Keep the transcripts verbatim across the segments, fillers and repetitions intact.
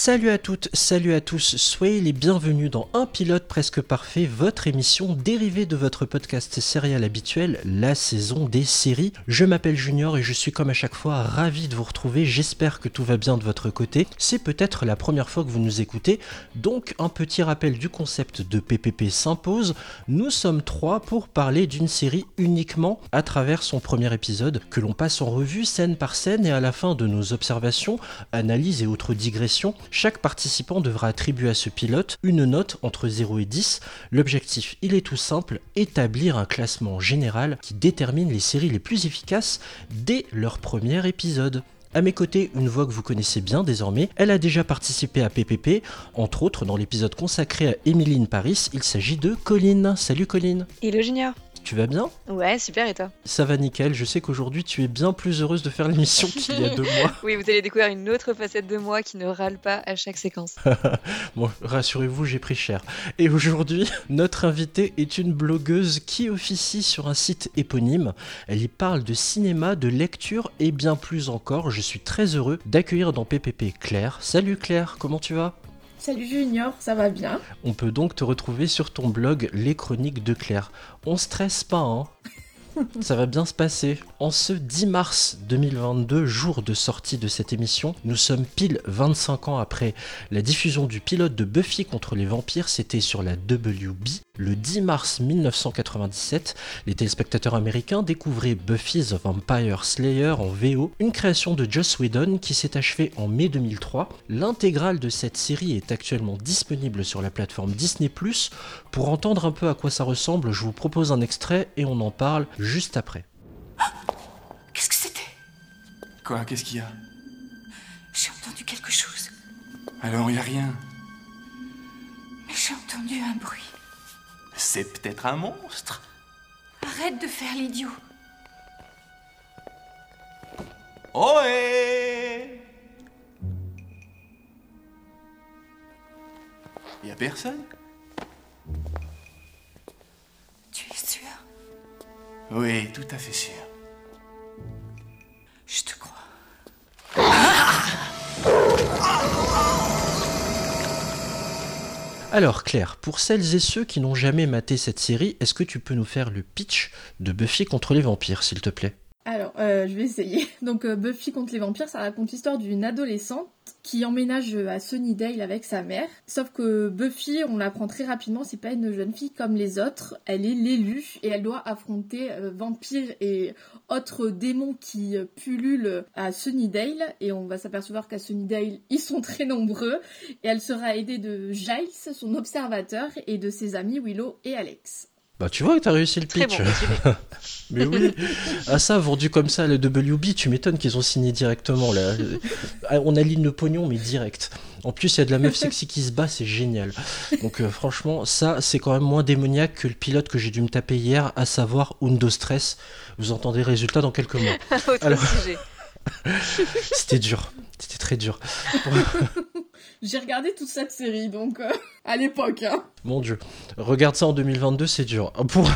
Salut à toutes, salut à tous, soyez les bienvenus dans Un Pilote Presque Parfait, votre émission dérivée de votre podcast sérial habituel, la saison des séries. Je m'appelle Junior et je suis comme à chaque fois ravi de vous retrouver, j'espère que tout va bien de votre côté. C'est peut-être la première fois que vous nous écoutez, donc un petit rappel du concept de P P P s'impose. Nous sommes trois pour parler d'une série uniquement à travers son premier épisode, que l'on passe en revue scène par scène et à la fin de nos observations, analyses et autres digressions, chaque participant devra attribuer à ce pilote une note entre zéro et dix. L'objectif, il est tout simple, établir un classement général qui détermine les séries les plus efficaces dès leur premier épisode. À mes côtés, une voix que vous connaissez bien désormais, elle a déjà participé à P P P, entre autres dans l'épisode consacré à Emily in Paris, il s'agit de Colline. Salut Colline. Hello Junior. Tu vas bien ? Ouais, super, et toi ? Ça va nickel, je sais qu'aujourd'hui tu es bien plus heureuse de faire l'émission qu'il y a deux mois. Oui, vous allez découvrir une autre facette de moi qui ne râle pas à chaque séquence. Bon, rassurez-vous, j'ai pris cher. Et aujourd'hui, notre invitée est une blogueuse qui officie sur un site éponyme. Elle y parle de cinéma, de lecture et bien plus encore. Je suis très heureux d'accueillir dans P P P Claire. Salut Claire, comment tu vas ? Salut Junior, ça va bien. On peut donc te retrouver sur ton blog Les Chroniques de Claire. On stresse pas, hein ? Ça va bien se passer. En ce dix mars deux mille vingt-deux, jour de sortie de cette émission, nous sommes pile vingt-cinq ans après la diffusion du pilote de Buffy contre les vampires, c'était sur la W B. Le dix mars mille neuf cent quatre-vingt-dix-sept, les téléspectateurs américains découvraient Buffy the Vampire Slayer en V O, une création de Joss Whedon qui s'est achevée en mai deux mille trois. L'intégrale de cette série est actuellement disponible sur la plateforme Disney plus. Pour entendre un peu à quoi ça ressemble, je vous propose un extrait et on en parle juste après. Qu'est-ce que c'était ? Quoi ? Qu'est-ce qu'il y a ? J'ai entendu quelque chose. Alors, y a rien. Mais j'ai entendu un bruit. C'est peut-être un monstre ? Arrête de faire l'idiot. Ohé ! Y a personne ? Tu es sûr ? Oui, tout à fait sûr. Je te crois. Alors Claire, pour celles et ceux qui n'ont jamais maté cette série, est-ce que tu peux nous faire le pitch de Buffy contre les vampires, s'il te plaît ? Alors, euh, je vais essayer. Donc, euh, Buffy contre les vampires, ça raconte l'histoire d'une adolescente qui emménage à Sunnydale avec sa mère. Sauf que Buffy, on l'apprend très rapidement, c'est pas une jeune fille comme les autres. Elle est l'élue et elle doit affronter euh, vampires et autres démons qui euh, pullulent à Sunnydale. Et on va s'apercevoir qu'à Sunnydale, ils sont très nombreux. Et elle sera aidée de Giles, son observateur, et de ses amis Willow et Alex. Bah tu vois que t'as réussi le pitch. Très bon résumé. Mais oui, ah ça, vendu comme ça, le W B, tu m'étonnes qu'ils ont signé directement là. On aligne le pognon, mais direct. En plus, il y a de la meuf sexy qui se bat, c'est génial. Donc euh, franchement, ça, c'est quand même moins démoniaque que le pilote que j'ai dû me taper hier, à savoir Undo Stress. Vous entendez le résultat dans quelques mois. Autre Alors... sujet. C'était dur, c'était très dur. J'ai regardé toute cette série, donc euh, à l'époque. Hein. Mon Dieu, regarde ça en deux mille vingt-deux, c'est dur. Pour...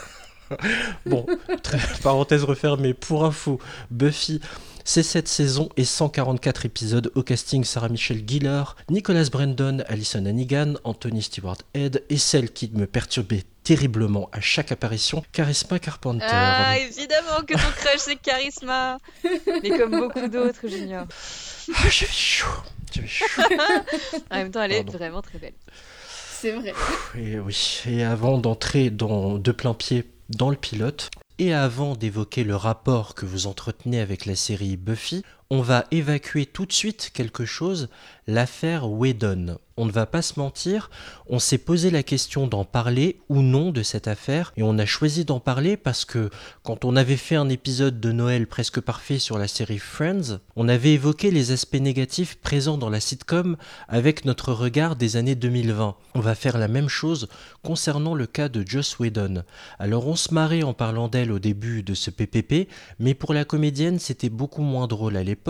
bon, très... parenthèse refermée, pour info, Buffy, c'est sept saisons et cent quarante-quatre épisodes. Au casting, Sarah Michelle Gellar, Nicholas Brendon, Alison Hannigan, Anthony Stewart Head et celle qui me perturbait terriblement à chaque apparition, Charisma Carpenter. Ah, évidemment que ton crush c'est Charisma. Mais comme beaucoup d'autres, Junior. Ah, j'avais chaud, j'avais chaud. En même temps, elle est Pardon. vraiment très belle. C'est vrai. Et oui, et avant d'entrer dans, de plein pied dans le pilote, et avant d'évoquer le rapport que vous entretenez avec la série Buffy, on va évacuer tout de suite quelque chose, l'affaire Whedon. On ne va pas se mentir, on s'est posé la question d'en parler ou non de cette affaire, et on a choisi d'en parler parce que quand on avait fait un épisode de Noël presque parfait sur la série Friends, on avait évoqué les aspects négatifs présents dans la sitcom avec notre regard des années deux mille vingt. On va faire la même chose concernant le cas de Joss Whedon. Alors on se marrait en parlant d'elle au début de ce P P P, mais pour la comédienne c'était beaucoup moins drôle à l'époque,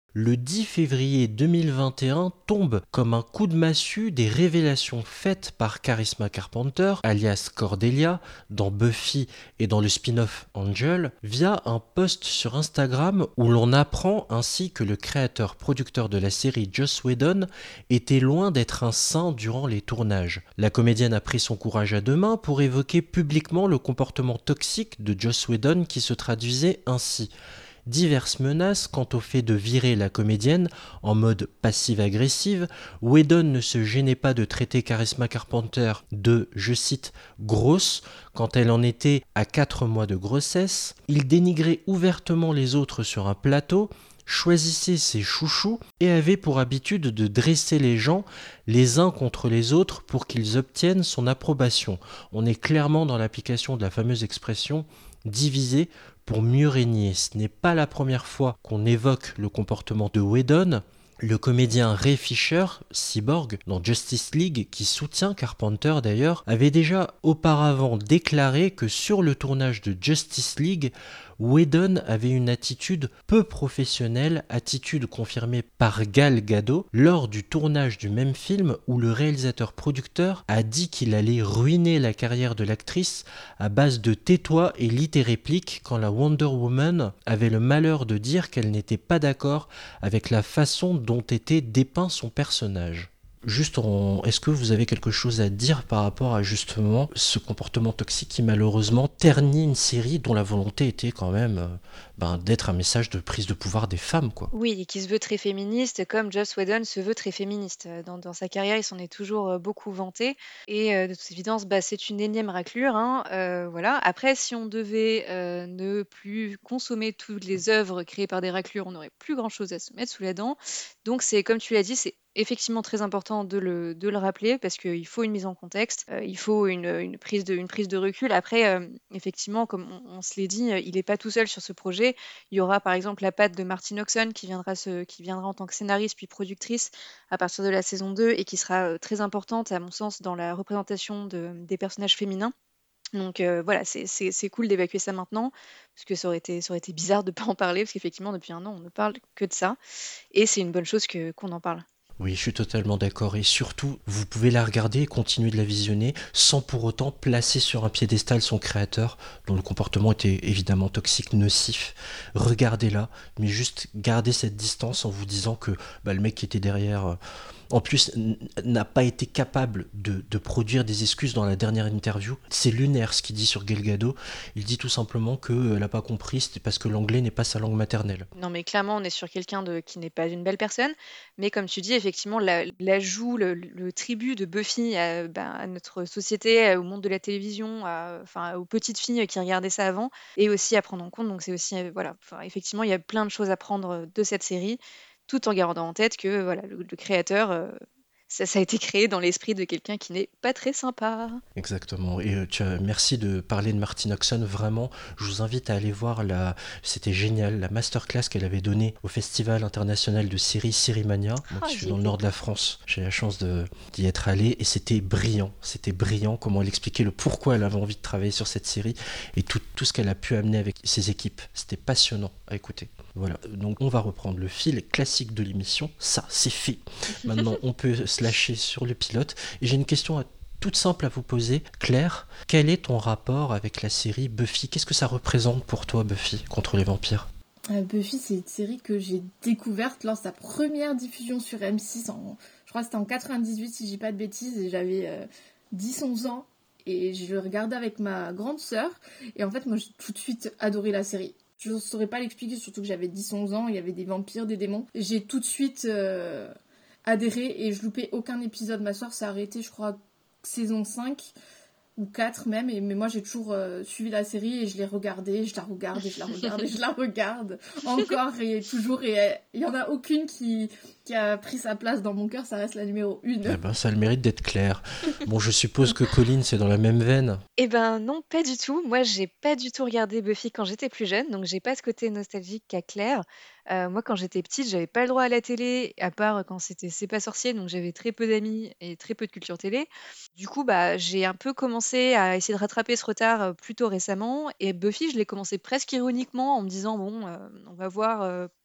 Le dix février deux mille vingt et un tombe comme un coup de massue des révélations faites par Charisma Carpenter, alias Cordelia, dans Buffy et dans le spin-off Angel, via un post sur Instagram où l'on apprend ainsi que le créateur-producteur de la série Joss Whedon était loin d'être un saint durant les tournages. La comédienne a pris son courage à deux mains pour évoquer publiquement le comportement toxique de Joss Whedon qui se traduisait ainsi. Diverses menaces quant au fait de virer la comédienne en mode passive-agressive. Whedon ne se gênait pas de traiter Charisma Carpenter de, je cite, grosse quand elle en était à quatre mois de grossesse. Il dénigrait ouvertement les autres sur un plateau, choisissait ses chouchous et avait pour habitude de dresser les gens les uns contre les autres pour qu'ils obtiennent son approbation. On est clairement dans l'application de la fameuse expression « diviser pour mieux régner ». Ce n'est pas la première fois qu'on évoque le comportement de Whedon. Le comédien Ray Fisher, Cyborg, dans Justice League, qui soutient Carpenter d'ailleurs, avait déjà auparavant déclaré que sur le tournage de Justice League, Whedon avait une attitude peu professionnelle, attitude confirmée par Gal Gadot lors du tournage du même film où le réalisateur-producteur a dit qu'il allait ruiner la carrière de l'actrice à base de tais-toi et lis tes répliques quand la Wonder Woman avait le malheur de dire qu'elle n'était pas d'accord avec la façon dont était dépeint son personnage. Juste, en... est-ce que vous avez quelque chose à dire par rapport à justement ce comportement toxique qui malheureusement ternit une série dont la volonté était quand même euh, ben, d'être un message de prise de pouvoir des femmes, quoi. Oui, et qui se veut très féministe, comme Joss Whedon se veut très féministe. Euh, Dans, dans sa carrière, il s'en est toujours euh, beaucoup vanté. Et euh, de toute évidence, bah, c'est une énième raclure. Hein, euh, voilà. Après, si on devait euh, ne plus consommer toutes les œuvres créées par des raclures, on n'aurait plus grand-chose à se mettre sous la dent. Donc, c'est comme tu l'as dit, c'est effectivement très important de le, de le rappeler parce qu'il faut une mise en contexte, euh, il faut une, une prise de, une prise de recul. Après, euh, effectivement, comme on, on se l'est dit, euh, il n'est pas tout seul sur ce projet. Il y aura par exemple la patte de Martine Oxon qui viendra, se, qui viendra en tant que scénariste puis productrice à partir de la saison deux et qui sera euh, très importante, à mon sens, dans la représentation de, des personnages féminins. Donc euh, voilà, c'est c'est- c'est cool d'évacuer ça maintenant, parce que ça aurait été, ça aurait été bizarre de ne pas en parler, parce qu'effectivement, depuis un an, on ne parle que de ça. Et c'est une bonne chose que, qu'on en parle. Oui, je suis totalement d'accord. Et surtout, vous pouvez la regarder et continuer de la visionner sans pour autant placer sur un piédestal son créateur, dont le comportement était évidemment toxique, nocif. Regardez-la, mais juste gardez cette distance en vous disant que bah, le mec qui était derrière, euh, en plus, n- n'a pas été capable de, de produire des excuses dans la dernière interview. C'est lunaire ce qu'il dit sur Gal Gadot. Il dit tout simplement qu'elle n'a pas compris, c'était parce que l'anglais n'est pas sa langue maternelle. Non, mais clairement, on est sur quelqu'un de, qui n'est pas une belle personne. Mais comme tu dis, effectivement, la- l'ajout, le, le tribut de Buffy à, ben, à notre société, au monde de la télévision, à- enfin, aux petites filles qui regardaient ça avant, et aussi à prendre en compte. Donc, c'est aussi, euh, voilà, enfin, effectivement, il y a plein de choses à prendre de cette série, tout en gardant en tête que voilà, le, le créateur, euh, ça, ça a été créé dans l'esprit de quelqu'un qui n'est pas très sympa. Exactement. Et euh, tu as, merci de parler de Martine Oxon. Vraiment, je vous invite à aller voir la. C'était génial, la masterclass qu'elle avait donnée au Festival international de série Sérimania. Moi Ah, qui suis j'y dans le étais. nord de la France, j'ai la chance de, d'y être allé et c'était brillant. C'était brillant comment elle expliquait le pourquoi elle avait envie de travailler sur cette série et tout, tout ce qu'elle a pu amener avec ses équipes. C'était passionnant à écouter. Voilà, donc on va reprendre le fil classique de l'émission. Ça, c'est fait. Maintenant, on peut se lâcher sur le pilote. Et j'ai une question à toute simple à vous poser. Claire, quel est ton rapport avec la série Buffy? Qu'est-ce que ça représente pour toi, Buffy, contre les vampires? Euh, Buffy, c'est une série que j'ai découverte lors de sa première diffusion sur M six. En, je crois que c'était en quatre-vingt-dix-huit, si je dis pas de bêtises, et j'avais euh, dix onze ans. Et je le regardais avec ma grande sœur. Et en fait, moi, j'ai tout de suite adoré la série. Je ne saurais pas l'expliquer, surtout que j'avais dix onze ans, il y avait des vampires, des démons. Et j'ai tout de suite euh, adhéré et je loupais aucun épisode. Ma soeur s'est arrêtée, je crois, saison cinq ou quatre même. Et, mais moi, j'ai toujours euh, suivi la série et je l'ai regardée, je la regarde et je la regarde et je la regarde encore et toujours. Et euh, il n'y en a aucune qui, qui a pris sa place dans mon cœur, ça reste la numéro une. Eh ben, ça a le mérite d'être clair. Bon, je suppose que Colline, c'est dans la même veine. Eh ben non, pas du tout. Moi, j'ai pas du tout regardé Buffy quand j'étais plus jeune, donc j'ai pas ce côté nostalgique qu'a Claire. Euh, moi, quand j'étais petite, j'avais pas le droit à la télé, à part quand c'était C'est pas sorcier, donc j'avais très peu d'amis et très peu de culture télé. Du coup, bah, j'ai un peu commencé à essayer de rattraper ce retard euh, plutôt récemment. Et Buffy, je l'ai commencé presque ironiquement en me disant, bon, euh, on va voir euh,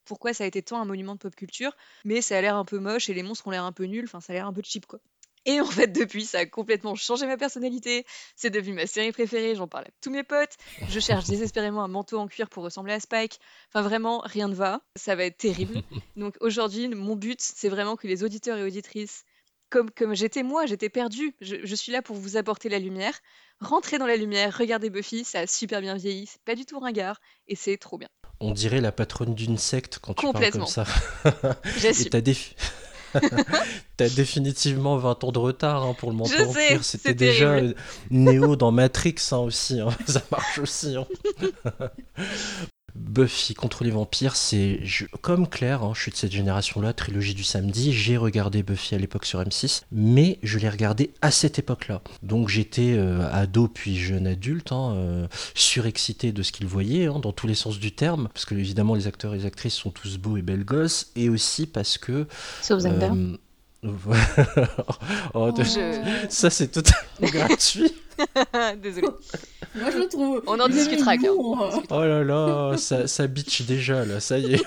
pourquoi ça a été tant un monument de pop culture, mais ça a l'air un peu moche et les monstres ont l'air un peu nuls, enfin ça a l'air un peu cheap quoi. Et en fait, depuis, ça a complètement changé ma personnalité. C'est devenu ma série préférée, j'en parle à tous mes potes. Je cherche désespérément un manteau en cuir pour ressembler à Spike. Enfin, vraiment, rien ne va. Ça va être terrible. Donc aujourd'hui, mon but, c'est vraiment que les auditeurs et auditrices, comme, comme j'étais moi, j'étais perdue. Je, je suis là pour vous apporter la lumière. Rentrez dans la lumière, regardez Buffy, ça a super bien vieilli, c'est pas du tout ringard, et c'est trop bien. On dirait la patronne d'une secte quand tu parles comme Complètement. ça. Et J'assume. t'as défi- t'as définitivement vingt ans de retard hein, pour le manteau Je en sais, cuir. C'était c'est déjà terrible. euh, Neo dans Matrix hein, aussi. hein. Ça marche aussi. hein. Buffy contre les vampires, c'est je- comme Claire, hein, je suis de cette génération-là, trilogie du samedi, j'ai regardé Buffy à l'époque sur M six, mais je l'ai regardé à cette époque-là. Donc j'étais euh, ado puis jeune adulte, hein, euh, surexcité de ce qu'il voyait, hein, dans tous les sens du terme, parce que évidemment les acteurs et les actrices sont tous beaux et belles gosses, et aussi parce que... Sauf Xander. euh, oh, de- Je- Ça c'est totalement gratuit. Désolée. Moi, je le trouve. On en il est discutera, Claire. mignon, hein. Oh là là, ça, ça bitch déjà là, ça y est.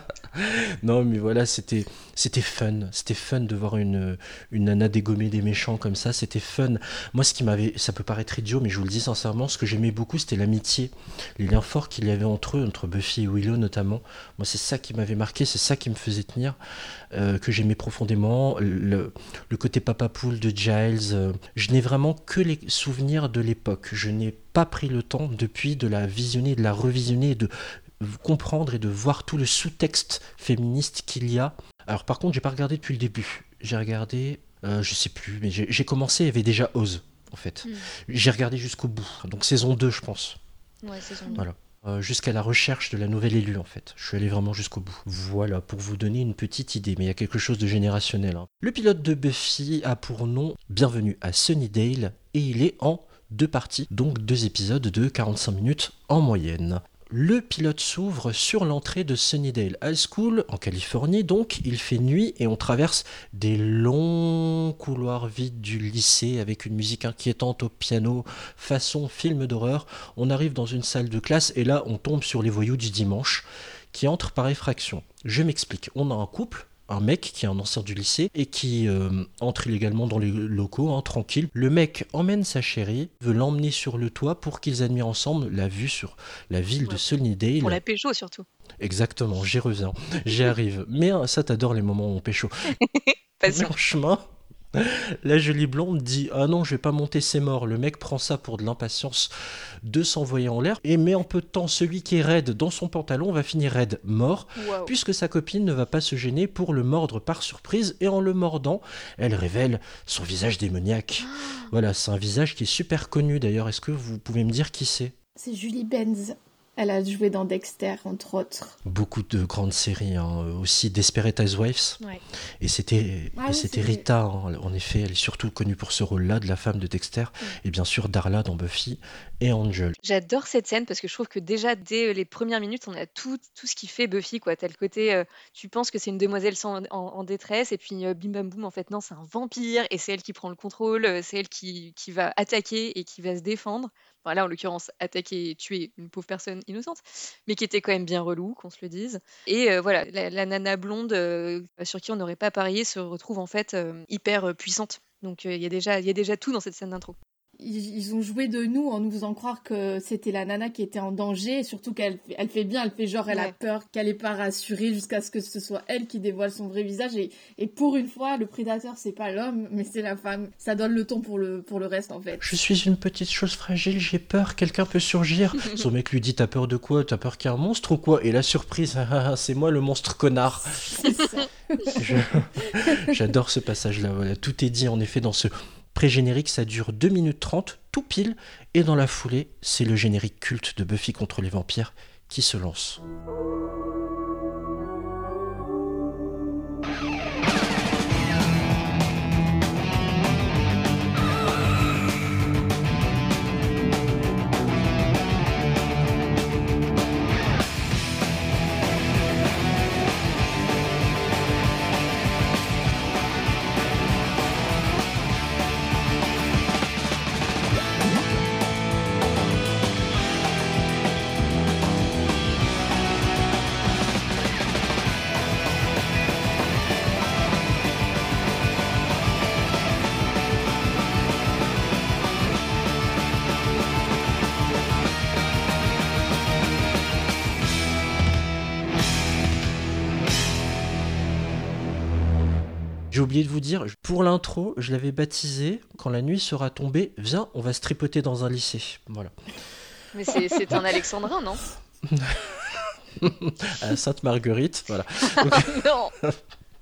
Non mais voilà, c'était c'était fun, c'était fun de voir une une nana dégommer des méchants comme ça, c'était fun. Moi ce qui m'avait, ça peut paraître idiot mais je vous le dis sincèrement, ce que j'aimais beaucoup c'était l'amitié, les liens forts qu'il y avait entre eux, entre Buffy et Willow notamment. Moi c'est ça qui m'avait marqué, c'est ça qui me faisait tenir, euh, que j'aimais profondément. Le, le côté papa poule de Giles, euh, je n'ai vraiment que les souvenirs de l'époque. Je n'ai pas pris le temps depuis de la visionner, de la revisionner, de comprendre et de voir tout le sous-texte féministe qu'il y a. Alors par contre, j'ai pas regardé depuis le début. J'ai regardé, euh, je sais plus, mais j'ai, j'ai commencé, il y avait déjà Oz en fait. Mm. J'ai regardé jusqu'au bout, donc saison deux je pense. Ouais, c'est son Voilà. Euh, jusqu'à la recherche de la nouvelle élue en fait. Je suis allé vraiment jusqu'au bout. Voilà, pour vous donner une petite idée, mais il y a quelque chose de générationnel. hein. Le pilote de Buffy a pour nom Bienvenue à Sunnydale et il est en deux parties, donc deux épisodes de quarante-cinq minutes en moyenne. Le pilote s'ouvre sur l'entrée de Sunnydale High School, en Californie, donc il fait nuit et on traverse des longs couloirs vides du lycée avec une musique inquiétante au piano, façon film d'horreur. On arrive dans une salle de classe et là on tombe sur les voyous du dimanche qui entrent par effraction. Je m'explique, on a un couple, un mec qui est un ancien du lycée et qui euh, entre illégalement dans les locaux, hein, tranquille. Le mec emmène sa chérie, veut l'emmener sur le toit pour qu'ils admirent ensemble la vue sur la ville de Ouais. Sunnydale. Pour la pécho surtout. Exactement, j'y reviens, j'y arrive. Mais euh, ça, t'adores les moments où on pécho. Passion. En chemin, la jolie blonde dit « Ah non, je vais pas monter, c'est mort ». Le mec prend ça pour de l'impatience de s'envoyer en l'air et met en peu de temps celui qui est raide dans son pantalon va finir raide, mort, Waouh. puisque sa copine ne va pas se gêner pour le mordre par surprise et en le mordant, elle révèle son visage démoniaque. Voilà, c'est un visage qui est super connu d'ailleurs. Est-ce que vous pouvez me dire qui c'est ? C'est Julie Benz. Elle a joué dans Dexter, entre autres. Beaucoup de grandes séries, hein, aussi Desperate Housewives. Ouais. Et c'était, Ah et oui, c'était c'est vrai. Rita, hein. En effet, elle est surtout connue pour ce rôle-là de la femme de Dexter, et bien sûr Darla dans Buffy et Angel. J'adore cette scène parce que je trouve que déjà dès les premières minutes, on a tout, tout ce qui fait Buffy, quoi. T'as le côté, euh, tu penses que c'est une demoiselle sans- en, en détresse, et puis euh, bim bam boum, en fait, non, c'est un vampire, et c'est elle qui prend le contrôle, euh, c'est elle qui, qui va attaquer et qui va se défendre. Enfin, là, en l'occurrence, attaquer et tuer une pauvre personne innocente, mais qui était quand même bien relou, qu'on se le dise. Et euh, voilà, la, la nana blonde euh, sur qui on n'aurait pas parié se retrouve en fait euh, hyper euh, puissante. Donc euh, il y a déjà, il y a déjà tout dans cette scène d'intro. Ils, ils ont joué de nous en nous faisant croire que c'était la nana qui était en danger, et surtout qu'elle fait- elle fait bien, elle fait genre elle a Ouais. peur, qu'elle est pas rassurée jusqu'à ce que ce soit elle qui dévoile son vrai visage, et, et pour une fois, le prédateur c'est pas l'homme, mais c'est la femme. Ça donne le ton pour le, pour le reste en fait. Je suis une petite chose fragile, j'ai peur, quelqu'un peut surgir. Son mec lui dit t'as peur de quoi ? T'as peur qu'il y ait un monstre ou quoi ? Et la surprise, ah, ah, c'est moi le monstre connard. C'est ça. Je- J'adore ce passage-là. Voilà. Tout est dit en effet dans ce pré-générique. Ça dure deux minutes trente, tout pile. Et dans la foulée, c'est le générique culte de Buffy contre les vampires qui se lance. j'ai oublié de vous dire, pour l'intro, je l'avais baptisé « Quand la nuit sera tombée, viens, on va se tripoter dans un lycée ». Voilà. Mais c'est, c'est un alexandrin, non? À Sainte-Marguerite, voilà. Non.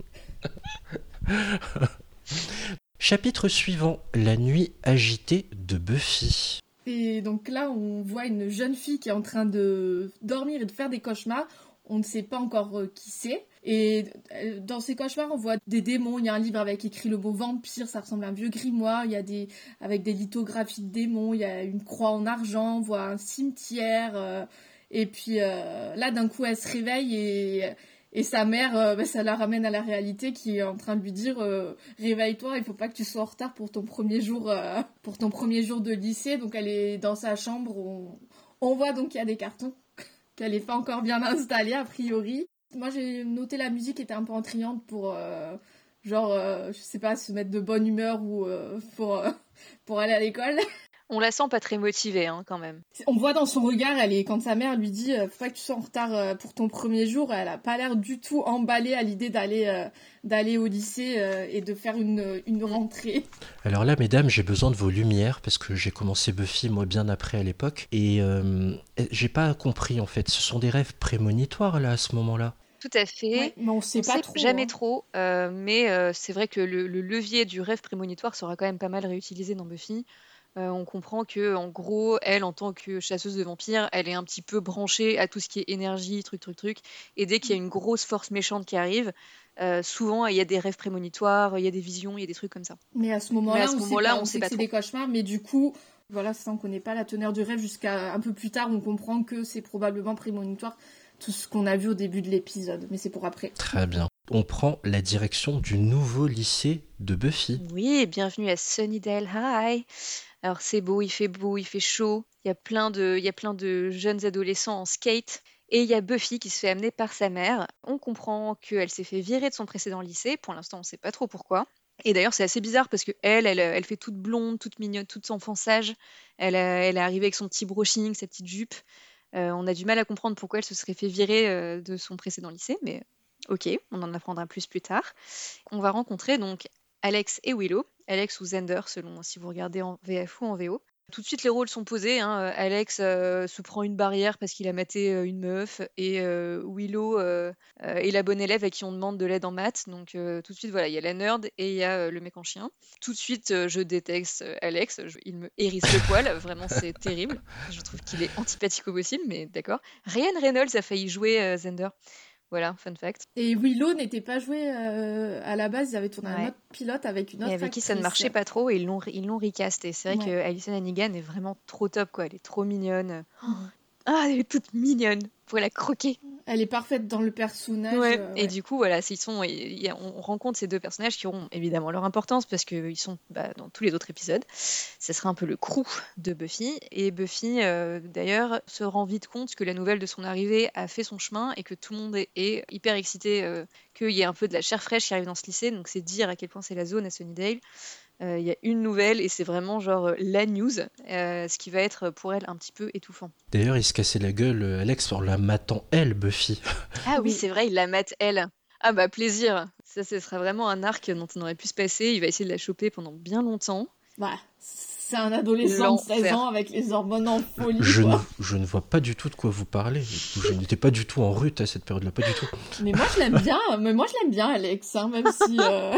Chapitre suivant, la nuit agitée de Buffy. Et donc là, on voit une jeune fille qui est en train de dormir et de faire des cauchemars. On ne sait pas encore euh, qui c'est. Et euh, dans ces cauchemars, on voit des démons. Il y a un livre avec écrit le mot vampire, ça ressemble à un vieux grimoire. Il y a des avec des lithographies de démons. Il y a une croix en argent. On voit un cimetière. Euh, et puis euh, là, d'un coup, elle se réveille et et sa mère, euh, bah, ça la ramène à la réalité, qui est en train de lui dire euh, réveille-toi, il faut pas que tu sois en retard pour ton premier jour, euh, pour ton premier jour de lycée. Donc elle est dans sa chambre. On, on voit donc qu'il y a des cartons. Qu'elle n'est pas encore bien installée, a priori. Moi, j'ai noté la musique était un peu entriante pour, euh, genre, euh, je sais pas, se mettre de bonne humeur ou euh, pour, euh, pour aller à l'école. On la sent pas très motivée, hein, quand même. On voit dans son regard, elle est, quand sa mère lui dit euh, « Faut pas que tu sois en retard euh, pour ton premier jour », elle a pas l'air du tout emballée à l'idée d'aller, euh, d'aller au lycée euh, et de faire une, une rentrée. Alors là, mesdames, j'ai besoin de vos lumières, parce que j'ai commencé Buffy, moi, bien après, à l'époque, et euh, j'ai pas compris, en fait. Ce sont des rêves prémonitoires, là, à ce moment-là. Tout à fait. Ouais, mais on sait On pas sait trop. jamais hein. trop, euh, mais euh, c'est vrai que le, le levier du rêve prémonitoire sera quand même pas mal réutilisé dans Buffy. Euh, on comprend que, en gros, elle, en tant que chasseuse de vampires, elle est un petit peu branchée à tout ce qui est énergie, truc, truc, truc. Et dès qu'il y a une grosse force méchante qui arrive, euh, souvent il y a des rêves prémonitoires, il y a des visions, il y a des trucs comme ça. Mais à ce Mais moment-là, à ce on moment-là, sait pas, on on sait sait pas que c'est trop. des cauchemars, mais du coup, voilà, ça, on connaît pas la teneur du rêve jusqu'à un peu plus tard, on comprend que c'est probablement prémonitoire, tout ce qu'on a vu au début de l'épisode, mais c'est pour après. Très bien. On prend la direction du nouveau lycée de Buffy. Oui, bienvenue à Sunnydale High. Alors c'est beau, il fait beau, il fait chaud. Il y a plein de, il y a plein de jeunes adolescents en skate. Et il y a Buffy qui se fait amener par sa mère. On comprend qu'elle s'est fait virer de son précédent lycée. Pour l'instant, on ne sait pas trop pourquoi. Et d'ailleurs, c'est assez bizarre parce que elle, elle, elle fait toute blonde, toute mignonne, toute enfant sage. Elle, a- elle est arrivée avec son petit brushing, sa petite jupe. Euh, on a du mal à comprendre pourquoi elle se serait fait virer euh, de son précédent lycée, mais ok, on en apprendra plus plus tard. On va rencontrer donc Alex et Willow, Alex ou Xander selon si vous regardez en V F ou en V O. Tout de suite, les rôles sont posés. hein. Euh, Alex euh, se prend une barrière parce qu'il a maté euh, une meuf, et euh, Willow euh, euh, est la bonne élève à qui on demande de l'aide en maths. Donc euh, tout de suite, voilà, il y a la nerd et il y a euh, le mec en chien. Tout de suite, euh, je déteste euh, Alex. Je- il me hérisse le poil. Vraiment, c'est terrible. Je trouve qu'il est antipathique au possible, mais d'accord. Ryan Reynolds a failli jouer euh, Xander. Voilà, fun fact. Et Willow n'était pas joué euh, à la base, ils avaient tourné un Ouais. autre pilote avec une Et autre avec qui ça ne actrice. marchait pas trop et ils l'ont ils l'ont recasté. C'est vrai Ouais. que Alison Hannigan est vraiment trop top, quoi. Elle est trop mignonne. Mhm. Ah, elle est toute mignonne. Faut la croquer. Elle est parfaite dans le personnage. Ouais. euh, Et ouais. du coup, voilà, s'ils sont, il y a- on rencontre ces deux personnages qui auront évidemment leur importance parce qu'ils sont bah, dans tous les autres épisodes. Ce sera un peu le crew de Buffy. Et Buffy, euh, d'ailleurs, se rend vite compte que la nouvelle de son arrivée a fait son chemin et que tout le monde est, est hyper excité euh, qu'il y ait un peu de la chair fraîche qui arrive dans ce lycée. Donc c'est dire à quel point c'est la zone à Sunnydale. Euh, Il y a une nouvelle et c'est vraiment genre euh, la news, euh, ce qui va être pour elle un petit peu étouffant. D'ailleurs, il se cassait la gueule, euh, Alex, en la matant elle, Buffy. Ah oui, Oui. c'est vrai, il la mate elle. Ah bah plaisir. Ça, ce sera vraiment un arc dont on aurait pu se passer. Il va essayer de la choper pendant bien longtemps. Bah, c'est un adolescent de seize L'enfer. ans avec les hormones en folie. Je ne, quoi. je ne vois pas du tout de quoi vous parlez. Je n'étais pas du tout en rut à cette période-là, pas du tout. Mais moi je l'aime bien, mais moi je l'aime bien Alex, hein, même si. Euh...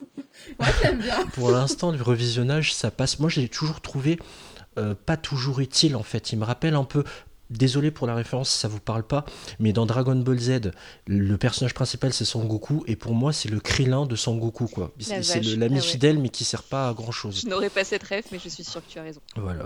moi je l'aime bien. Pour l'instant, le revisionnage, ça passe. Moi, je l'ai toujours trouvé euh, pas toujours utile, en fait. Il me rappelle un peu... Désolé pour la référence si ça vous parle pas, mais dans Dragon Ball Z, le personnage principal c'est Sangoku, et pour moi c'est le Krillin de Sangoku, quoi. C'est, La c'est vache. le- l'ami Ah ouais. fidèle mais qui sert pas à grand chose. Je n'aurais pas cette ref, mais je suis sûre que tu as raison. Voilà.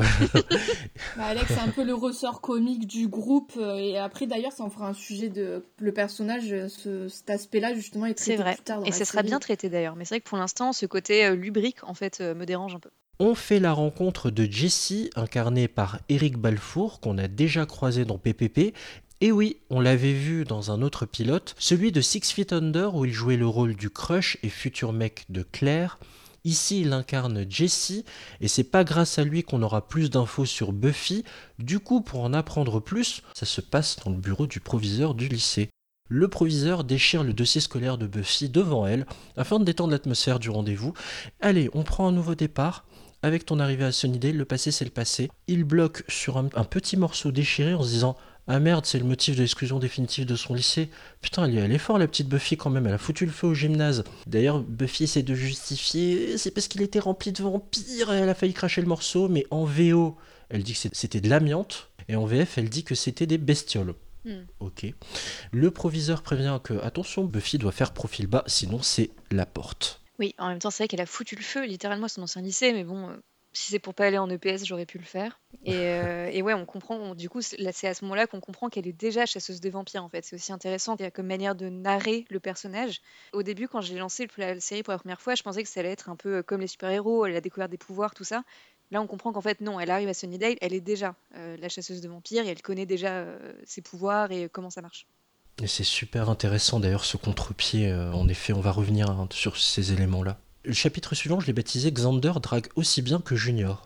Bah, Alex c'est un peu le ressort comique du groupe, euh, et après d'ailleurs ça en fera un sujet de. Le personnage, euh, ce- cet aspect-là justement est C'est traité vrai. plus tard dans Et la ce sera série. bien traité d'ailleurs. Mais c'est vrai que pour l'instant, ce côté euh, lubrique, en fait, euh, me dérange un peu. On fait la rencontre de Jessie, incarné par Eric Balfour, qu'on a déjà croisé dans P P P. Et oui, on l'avait vu dans un autre pilote, celui de Six Feet Under, où il jouait le rôle du crush et futur mec de Claire. Ici, il incarne Jessie, et c'est pas grâce à lui qu'on aura plus d'infos sur Buffy. Du coup, pour en apprendre plus, ça se passe dans le bureau du proviseur du lycée. Le proviseur déchire le dossier scolaire de Buffy devant elle afin de détendre l'atmosphère du rendez-vous. Allez, on prend un nouveau départ. Avec ton arrivée à Sunnydale, le passé c'est le passé. Il bloque sur un, un petit morceau déchiré en se disant « Ah merde, c'est le motif de l'exclusion définitive de son lycée. Putain, elle, elle est forte la petite Buffy quand même, elle a foutu le feu au gymnase. » D'ailleurs, Buffy essaie de justifier, c'est parce qu'il était rempli de vampires et elle a failli cracher le morceau, mais en V O, elle dit que c'était de l'amiante, et en V F, elle dit que c'était des bestioles. Hmm. Ok. Le proviseur prévient que, attention, Buffy doit faire profil bas, sinon c'est la porte. Oui, en même temps, c'est vrai qu'elle a foutu le feu littéralement à son ancien lycée, mais bon, euh, si c'est pour pas aller en E P S, j'aurais pu le faire. Et, euh, et ouais, on comprend, on- du coup, c'est là, c'est à ce moment-là qu'on comprend qu'elle est déjà chasseuse de vampires, en fait. C'est aussi intéressant qu'il y a comme manière de narrer le personnage. Au début, quand j'ai lancé le- la série pour la première fois, je pensais que ça allait être un peu euh, comme les super-héros, elle a découvert des pouvoirs, tout ça. Là, on comprend qu'en fait, non, elle arrive à Sunnydale, elle est déjà euh, la chasseuse de vampires et elle connaît déjà euh, ses pouvoirs et euh, comment ça marche. Et c'est super intéressant d'ailleurs ce contre-pied, euh, en effet, on va revenir hein, sur ces éléments-là. Le chapitre suivant, je l'ai baptisé Xander drague aussi bien que Junior.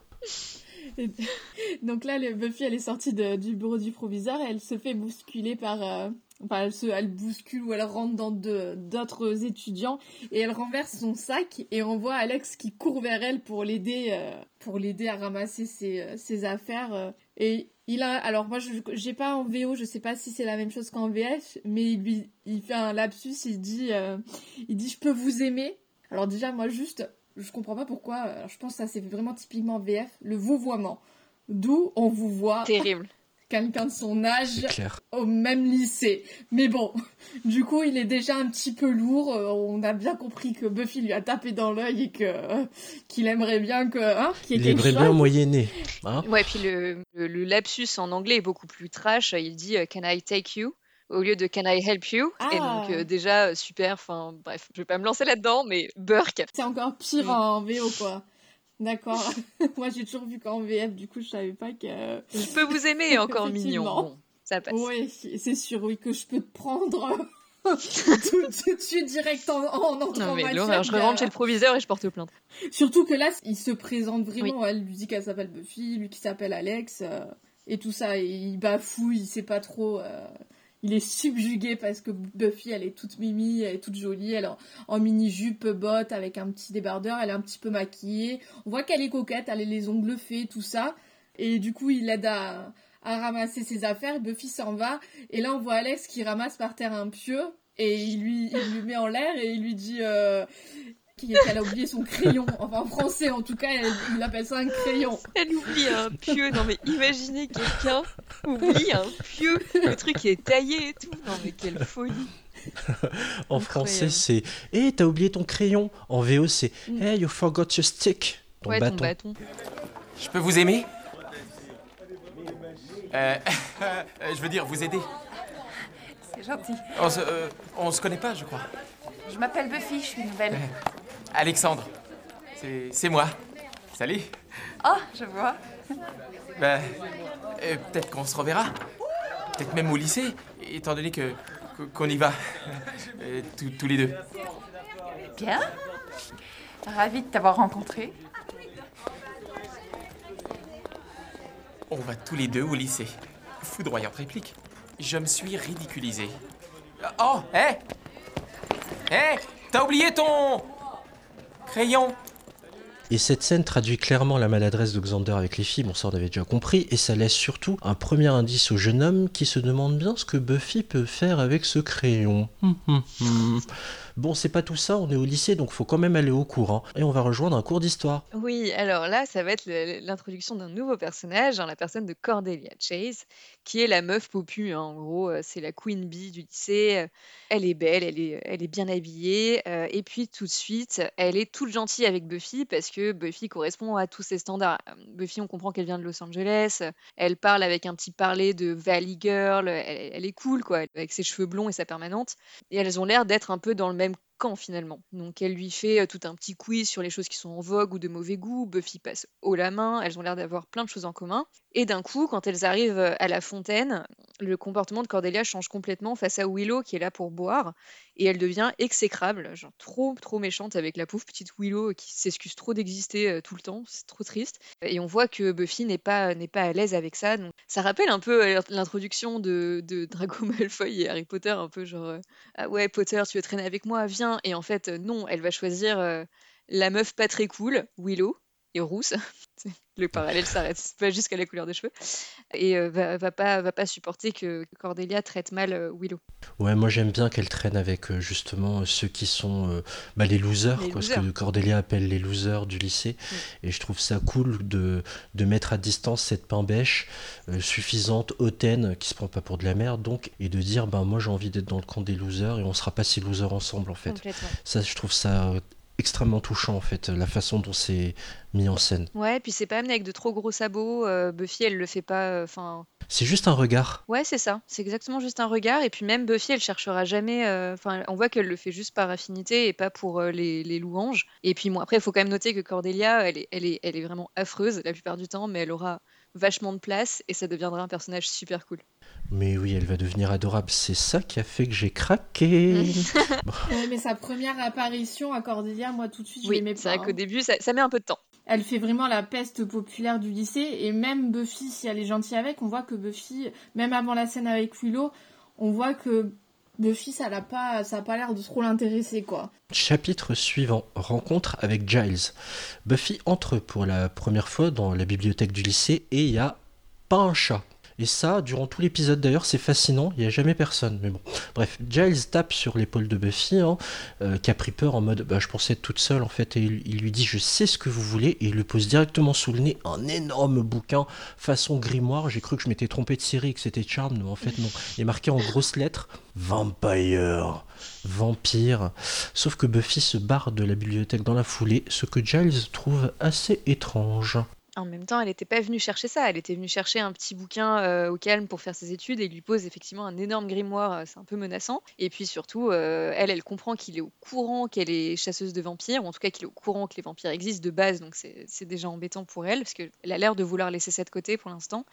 Et- Donc là, le- Buffy, elle est sortie de- du bureau du proviseur et elle se fait bousculer par... euh, Enfin, elle, se, elle bouscule ou elle rentre dans de- d'autres étudiants et elle renverse son sac et on voit Alex qui court vers elle pour l'aider euh, pour l'aider à ramasser ses, euh, ses affaires. euh. Et il a... Alors moi, je j'ai pas en V O, je sais pas si c'est la même chose qu'en V F, mais il, lui, il fait un lapsus, il dit, euh, il dit « Je peux vous aimer ?» Alors déjà, moi, juste... Je comprends pas pourquoi, alors je pense que ça c'est vraiment typiquement V F, le vouvoiement. D'où on vous voit Terrible. quelqu'un de son C'est âge clair. au même lycée. Mais bon, du coup il est déjà un petit peu lourd, euh, on a bien compris que Buffy lui a tapé dans l'œil et que euh, qu'il aimerait bien que, hein, qu'il y ait Il quelque aimerait chose. bien moyenné. Hein. Ouais, puis le, le, le lapsus en anglais est beaucoup plus trash. Il dit euh, Can I take you au lieu de Can I help you? Et donc, Ah, euh, déjà, euh, super. Enfin, bref, je vais pas me lancer là-dedans, mais Burke. c'est encore pire Mm. en V O quoi. D'accord. Moi j'ai toujours vu qu'en V F, du coup je savais pas que... Je peux vous aimer, encore mignon. Effectivement. Bon, ça passe. Oui, c'est sûr, oui, que je peux te prendre tout, tout de suite direct en, en entrant Non, en mais matière. l'horreur, je il y a- rentre chez le proviseur et je porte plainte. Surtout que là, il se présente vraiment. Elle lui dit qu'elle s'appelle Buffy, lui qui s'appelle Alex, euh, et tout ça. Et il bafouille, il sait pas trop. euh, il est subjugué parce que Buffy, elle est toute mimi, elle est toute jolie, elle est en, en mini-jupe, botte, avec un petit débardeur, elle est un petit peu maquillée. On voit qu'elle est coquette, elle a les ongles faits, tout ça. Et du coup, il l'aide à, à ramasser ses affaires. Buffy s'en va. Et là, on voit Alex qui ramasse par terre un pieu. Et il lui, il lui met en l'air et il lui dit euh, qu'elle a oublié son crayon. Enfin, en français, en tout cas, elle- il appelle ça un crayon. Elle oublie un pieu. Non, mais imaginez quelqu'un oublie un pieu. Le truc est taillé et tout. Non, mais quelle folie. En Incroyable. français, c'est « Eh, t'as oublié ton crayon !» En V O, c'est « Hey, you forgot your stick !» Ton ouais, bâton. ton bâton. Je peux vous aimer euh, Je veux dire, vous aider. C'est gentil. On se, euh, on se connaît pas, je crois. Je m'appelle Buffy, je suis nouvelle. Alexandre. C'est, c'est moi. Salut. Oh, je vois. Ben, euh, peut-être qu'on se reverra. Peut-être même au lycée, étant donné que qu'on y va. Euh, tous, tous les deux. Bien. Ravie de t'avoir rencontré. On va tous les deux au lycée. Foudroyante réplique. Je me suis ridiculisé. Oh, hé Hé T'as oublié ton... crayon. Et cette scène traduit clairement la maladresse de Xander avec les filles, bon ça on avait déjà compris, et ça laisse surtout un premier indice au jeune homme qui se demande bien ce que Buffy peut faire avec ce crayon. Hum, hum, hum. Bon, c'est pas tout ça, on est au lycée, donc faut quand même aller au cours, hein. Et on va rejoindre un cours d'histoire. Oui, alors là, ça va être le- l'introduction d'un nouveau personnage, en la personne de Cordelia Chase, qui est la meuf popu, hein. En gros, euh, c'est la queen bee du lycée. euh, Elle est belle, elle est, elle est bien habillée. euh, et puis tout de suite, elle est toute gentille avec Buffy parce que Buffy correspond à tous ses standards. Euh, Buffy, on comprend qu'elle vient de Los Angeles. euh, Elle parle avec un petit parler de Valley Girl. Elle, elle est cool, quoi, avec ses cheveux blonds et sa permanente. Et elles ont l'air d'être un peu dans le même camp finalement. Donc elle lui fait euh, tout un petit quiz sur les choses qui sont en vogue ou de mauvais goût. Buffy passe haut la main, elles ont l'air d'avoir plein de choses en commun. Et d'un coup, quand elles arrivent euh, à la fontaine, le comportement de Cordelia change complètement face à Willow qui est là pour boire. Et elle devient exécrable, genre trop trop méchante avec la pauvre petite Willow qui s'excuse trop d'exister euh, tout le temps, c'est trop triste. Et on voit que Buffy n'est pas, n'est pas à l'aise avec ça. Donc ça rappelle un peu euh, l'introduction de, de Draco Malfoy et Harry Potter, un peu genre euh, ah ouais Potter tu veux traîner avec moi, viens. Et en fait euh, non, elle va choisir euh, la meuf pas très cool, Willow, et rousse. Le parallèle s'arrête pas jusqu'à la couleur des cheveux. Et euh, va, va pas, va pas supporter que que Cordelia traite mal euh, Willow. Ouais, moi j'aime bien qu'elle traîne avec euh, justement euh, ceux qui sont euh, bah, les losers, Les quoi, ce losers. que Cordelia appelle les losers du lycée. Mm. Et je trouve ça cool de, de mettre à distance cette pain-bêche euh, suffisante, hautaine, qui se prend pas pour de la merde, donc, et de dire, ben moi j'ai envie d'être dans le camp des losers et on sera pas si losers ensemble en fait. Complètement. Ça, je trouve ça euh, extrêmement touchant en fait, la façon dont c'est mis en scène. Ouais, puis c'est pas amené avec de trop gros sabots. euh, Buffy, elle le fait pas. Enfin, C'est juste un regard. ouais, c'est ça. C'est exactement juste un regard. Et puis même Buffy, elle cherchera jamais. euh, Enfin, on voit qu'elle le fait juste par affinité et pas pour euh, les, les louanges. Et puis bon, après, il faut quand même noter que Cordelia, elle est, elle est, elle est vraiment affreuse la plupart du temps, mais elle aura vachement de place et ça deviendra un personnage super cool. Mais oui, elle va devenir adorable. C'est ça qui a fait que j'ai craqué. Ouais, mais sa première apparition à Cordelia, moi tout de suite, je Oui, l'aimais c'est pas. vrai qu'au hein. début, ça, ça met un peu de temps. Elle fait vraiment la peste populaire du lycée, et même Buffy, si elle est gentille avec, on voit que Buffy, même avant la scène avec Willow, on voit que Buffy, ça n'a pas, ça a pas l'air de trop l'intéresser, quoi. Chapitre suivant, rencontre avec Giles. Buffy entre pour la première fois dans la bibliothèque du lycée et il n'y a pas un chat. Et ça, durant tout l'épisode d'ailleurs, c'est fascinant, il n'y a jamais personne. Mais bon, bref, Giles tape sur l'épaule de Buffy, hein, euh, qui a pris peur en mode bah, je pensais être toute seule en fait, et il, il lui dit je sais ce que vous voulez, et il lui pose directement sous le nez un énorme bouquin façon grimoire. J'ai cru que je m'étais trompé de série et que c'était Charm, mais en fait non. Il est marqué en grosses lettres Vampire, vampire. Sauf que Buffy se barre de la bibliothèque dans la foulée, ce que Giles trouve assez étrange. En même temps, elle n'était pas venue chercher ça. Elle était venue chercher un petit bouquin euh, au calme pour faire ses études et il lui pose effectivement un énorme grimoire. euh, C'est un peu menaçant. Et puis surtout, euh, elle, elle comprend qu'il est au courant qu'elle est chasseuse de vampires, ou en tout cas qu'il est au courant que les vampires existent de base. Donc c'est c'est déjà embêtant pour elle parce qu'elle a l'air de vouloir laisser ça de côté pour l'instant.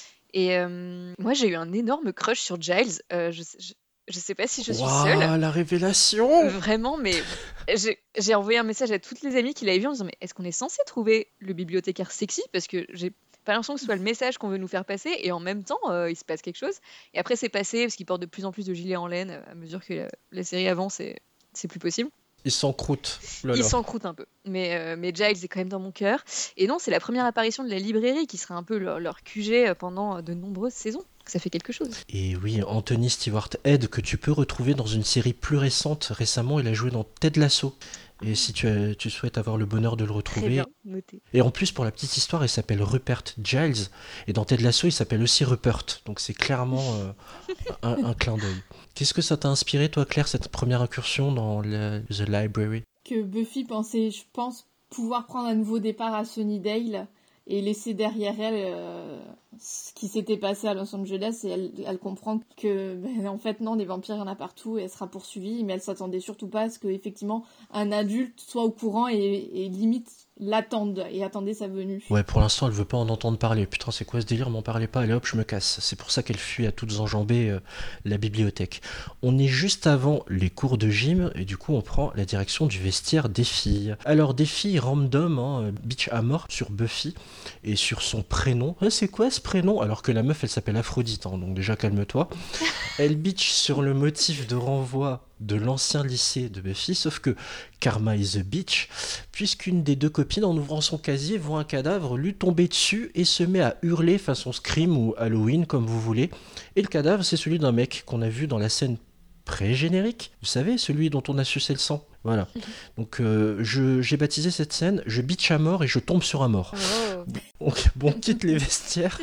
Et euh, moi, j'ai eu un énorme crush sur Giles. Euh, je, je, je sais pas si je suis seule. Waouh, la révélation! Vraiment, mais j'ai j'ai envoyé un message à toutes les amies qui l'avaient vu en disant mais est-ce qu'on est censé trouver le bibliothécaire sexy parce que j'ai pas l'impression que ce soit le message qu'on veut nous faire passer et en même temps euh, il se passe quelque chose et après c'est passé parce qu'il porte de plus en plus de gilets en laine euh, à mesure que la, la série avance et c'est plus possible. Il s'encroute. Il s'encroute un peu, mais, euh, mais Giles est quand même dans mon cœur. Et non, c'est la première apparition de la librairie qui sera un peu leur, leur Q G pendant de nombreuses saisons. Ça fait quelque chose. Et oui, Anthony Stewart Head, que tu peux retrouver dans une série plus récente. Récemment, il a joué dans Ted Lasso. Et si tu, as- tu souhaites avoir le bonheur de le Très retrouver. bien, noté. Et en plus, pour la petite histoire, il s'appelle Rupert Giles. Et dans Ted Lasso, il s'appelle aussi Rupert. Donc c'est clairement euh, un, un clin d'œil. Qu'est-ce que ça t'a inspiré, toi, Claire, cette première incursion dans le- The Library? Que Buffy pensait, je pense, pouvoir prendre un nouveau départ à Sunnydale et laisser derrière elle euh, ce qui s'était passé à Los Angeles, et elle, elle comprend que ben, en fait non, des vampires il y en a partout et elle sera poursuivie, mais elle s'attendait surtout pas à ce que effectivement un adulte soit au courant et, et limite l'attende et attendait sa venue. Ouais, pour l'instant, elle veut pas en entendre parler. Putain, c'est quoi ce délire? M'en parlez pas. Allez hop, je me casse. C'est pour ça qu'elle fuit à toutes enjambées euh, la bibliothèque. On est juste avant les cours de gym et du coup, on prend la direction du vestiaire des filles. Alors, des filles random, hein, bitch à mort sur Buffy et sur son prénom. Ah, c'est quoi ce prénom? Alors que la meuf, elle s'appelle Aphrodite, hein, donc déjà calme-toi. Elle bitch sur le motif de renvoi de l'ancien lycée de Buffy, sauf que Karma is a bitch, puisqu'une des deux copines, en ouvrant son casier, voit un cadavre lui tomber dessus et se met à hurler façon Scream ou Halloween, comme vous voulez. Et le cadavre, c'est celui d'un mec qu'on a vu dans la scène pré-générique, vous savez, celui dont on a sucé le sang. Voilà. Donc euh, je, j'ai baptisé cette scène, je bitch à mort et je tombe sur un mort. Oh. Donc, bon, on quitte les vestiaires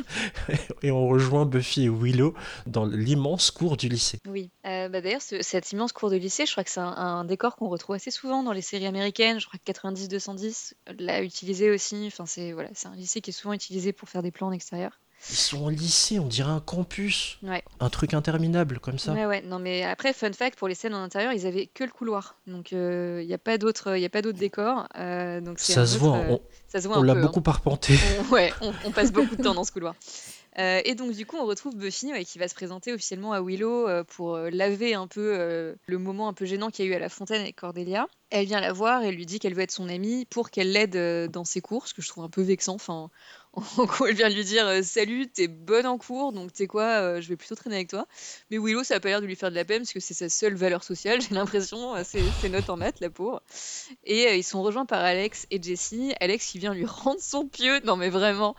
et on rejoint Buffy et Willow dans l'immense cour du lycée. Oui, Euh, bah d'ailleurs, ce- cette immense cour de lycée, je crois que c'est un, un décor qu'on retrouve assez souvent dans les séries américaines. Je crois que quatre-vingt-dix deux cent dix l'a utilisé aussi. Enfin, c'est voilà, c'est un lycée qui est souvent utilisé pour faire des plans en extérieur. Ils sont au lycée, on dirait un campus. Ouais. Un truc interminable comme ça. Ouais, ouais. Non, mais après, fun fact, pour les scènes en intérieur, ils avaient que le couloir. Donc, il euh, n'y a pas d'autres y a pas d'autres décors. Euh, donc c'est Ça un se autre, voit, euh, on, ça se voit on un l'a peu. hein. beaucoup arpenté. On- ouais, on, on passe beaucoup de temps dans ce couloir. Euh, et donc, du coup, on retrouve Buffy ouais, qui va se présenter officiellement à Willow euh, pour euh, laver un peu euh, le moment un peu gênant qu'il y a eu à la fontaine avec Cordelia. Elle vient la voir et lui dit qu'elle veut être son amie pour qu'elle l'aide euh, dans ses cours, ce que je trouve un peu vexant. Enfin, en gros, elle vient lui dire euh, Salut, t'es bonne en cours, donc tu sais quoi, euh, je vais plutôt traîner avec toi. Mais Willow, ça a pas l'air de lui faire de la peine parce que c'est sa seule valeur sociale, j'ai l'impression, euh, c'est ses notes en maths, la pauvre. Et euh, ils sont rejoints par Alex et Jessie. Alex qui vient lui rendre son pieu. Non, mais vraiment.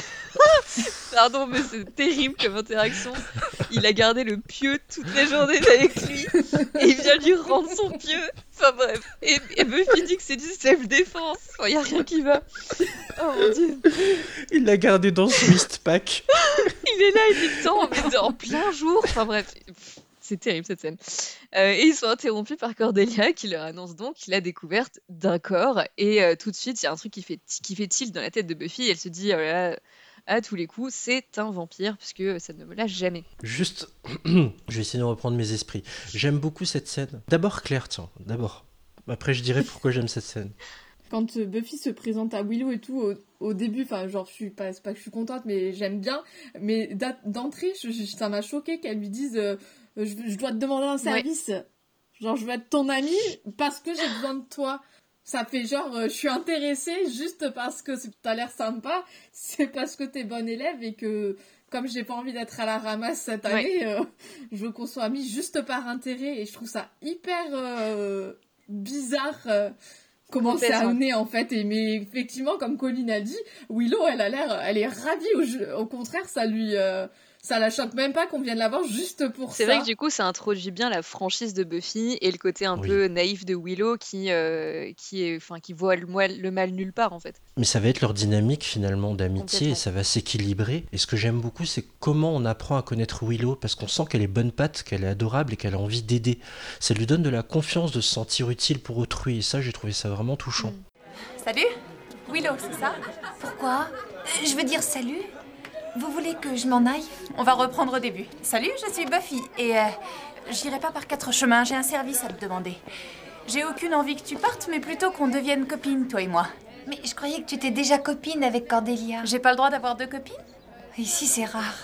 Pardon, mais c'est terrible comme interaction. Il a gardé le pieu toute la journée avec lui et il vient lui rendre son pieu. Enfin bref. Et, et Buffy dit que c'est du self-défense. Il n'y a rien qui va. Oh mon dieu. Il l'a gardé dans son Eastpak. Il est là, il est temps, mais en plein jour. Enfin bref. C'est terrible cette scène. Euh, et ils sont interrompus par Cordelia qui leur annonce donc la découverte d'un corps. Et euh, tout de suite, il y a un truc qui fait, qui fait tilt dans la tête de Buffy. Elle se dit, oh là là, à tous les coups, c'est un vampire, puisque ça ne me lâche jamais. Juste, je vais essayer de reprendre mes esprits. J'aime beaucoup cette scène. D'abord Claire, tiens, d'abord. Après, je dirai pourquoi j'aime cette scène. Quand euh, Buffy se présente à Willow et tout, au, au début, enfin, genre, je suis pas, c'est pas que je suis contente, mais j'aime bien. Mais d'a- d'entrée, je- je- ça m'a choqué qu'elle lui dise euh, je, je dois te demander un service. Ouais. Genre, je veux être ton amie parce que j'ai besoin de toi. Ça fait genre, euh, je suis intéressée juste parce que t'as l'air sympa. C'est parce que t'es bonne élève et que, comme j'ai pas envie d'être à la ramasse cette année, ouais. euh, je veux qu'on soit amis juste par intérêt. Et je trouve ça hyper euh, bizarre. Euh, Comment c'est amené en fait. Et mais effectivement, comme Colline a dit, Willow, elle a l'air, elle est ravie. Au, jeu. Au contraire, ça lui, euh, ça la choque même pas qu'on vienne la voir juste pour c'est ça. C'est vrai que du coup, ça introduit bien la franchise de Buffy et le côté un oui. peu naïf de Willow qui, euh, qui est, enfin, qui voit le mal, le mal nulle part en fait. Mais ça va être leur dynamique finalement d'amitié et ça va s'équilibrer. Et ce que j'aime beaucoup, c'est comment on apprend à connaître Willow parce qu'on sent qu'elle est bonne patte, qu'elle est adorable et qu'elle a envie d'aider. Ça lui donne de la confiance de se sentir utile pour autrui et ça, j'ai trouvé ça vraiment touchant. Mm. Salut, Willow, c'est ça ? Pourquoi ? euh, Je veux dire salut ? Vous voulez que je m'en aille ? On va reprendre au début. Salut, je suis Buffy et euh, j'irai pas par quatre chemins, j'ai un service à te demander. J'ai aucune envie que tu partes, mais plutôt qu'on devienne copines, toi et moi. Mais je croyais que tu étais déjà copine avec Cordelia. J'ai pas le droit d'avoir deux copines ? Ici, c'est rare.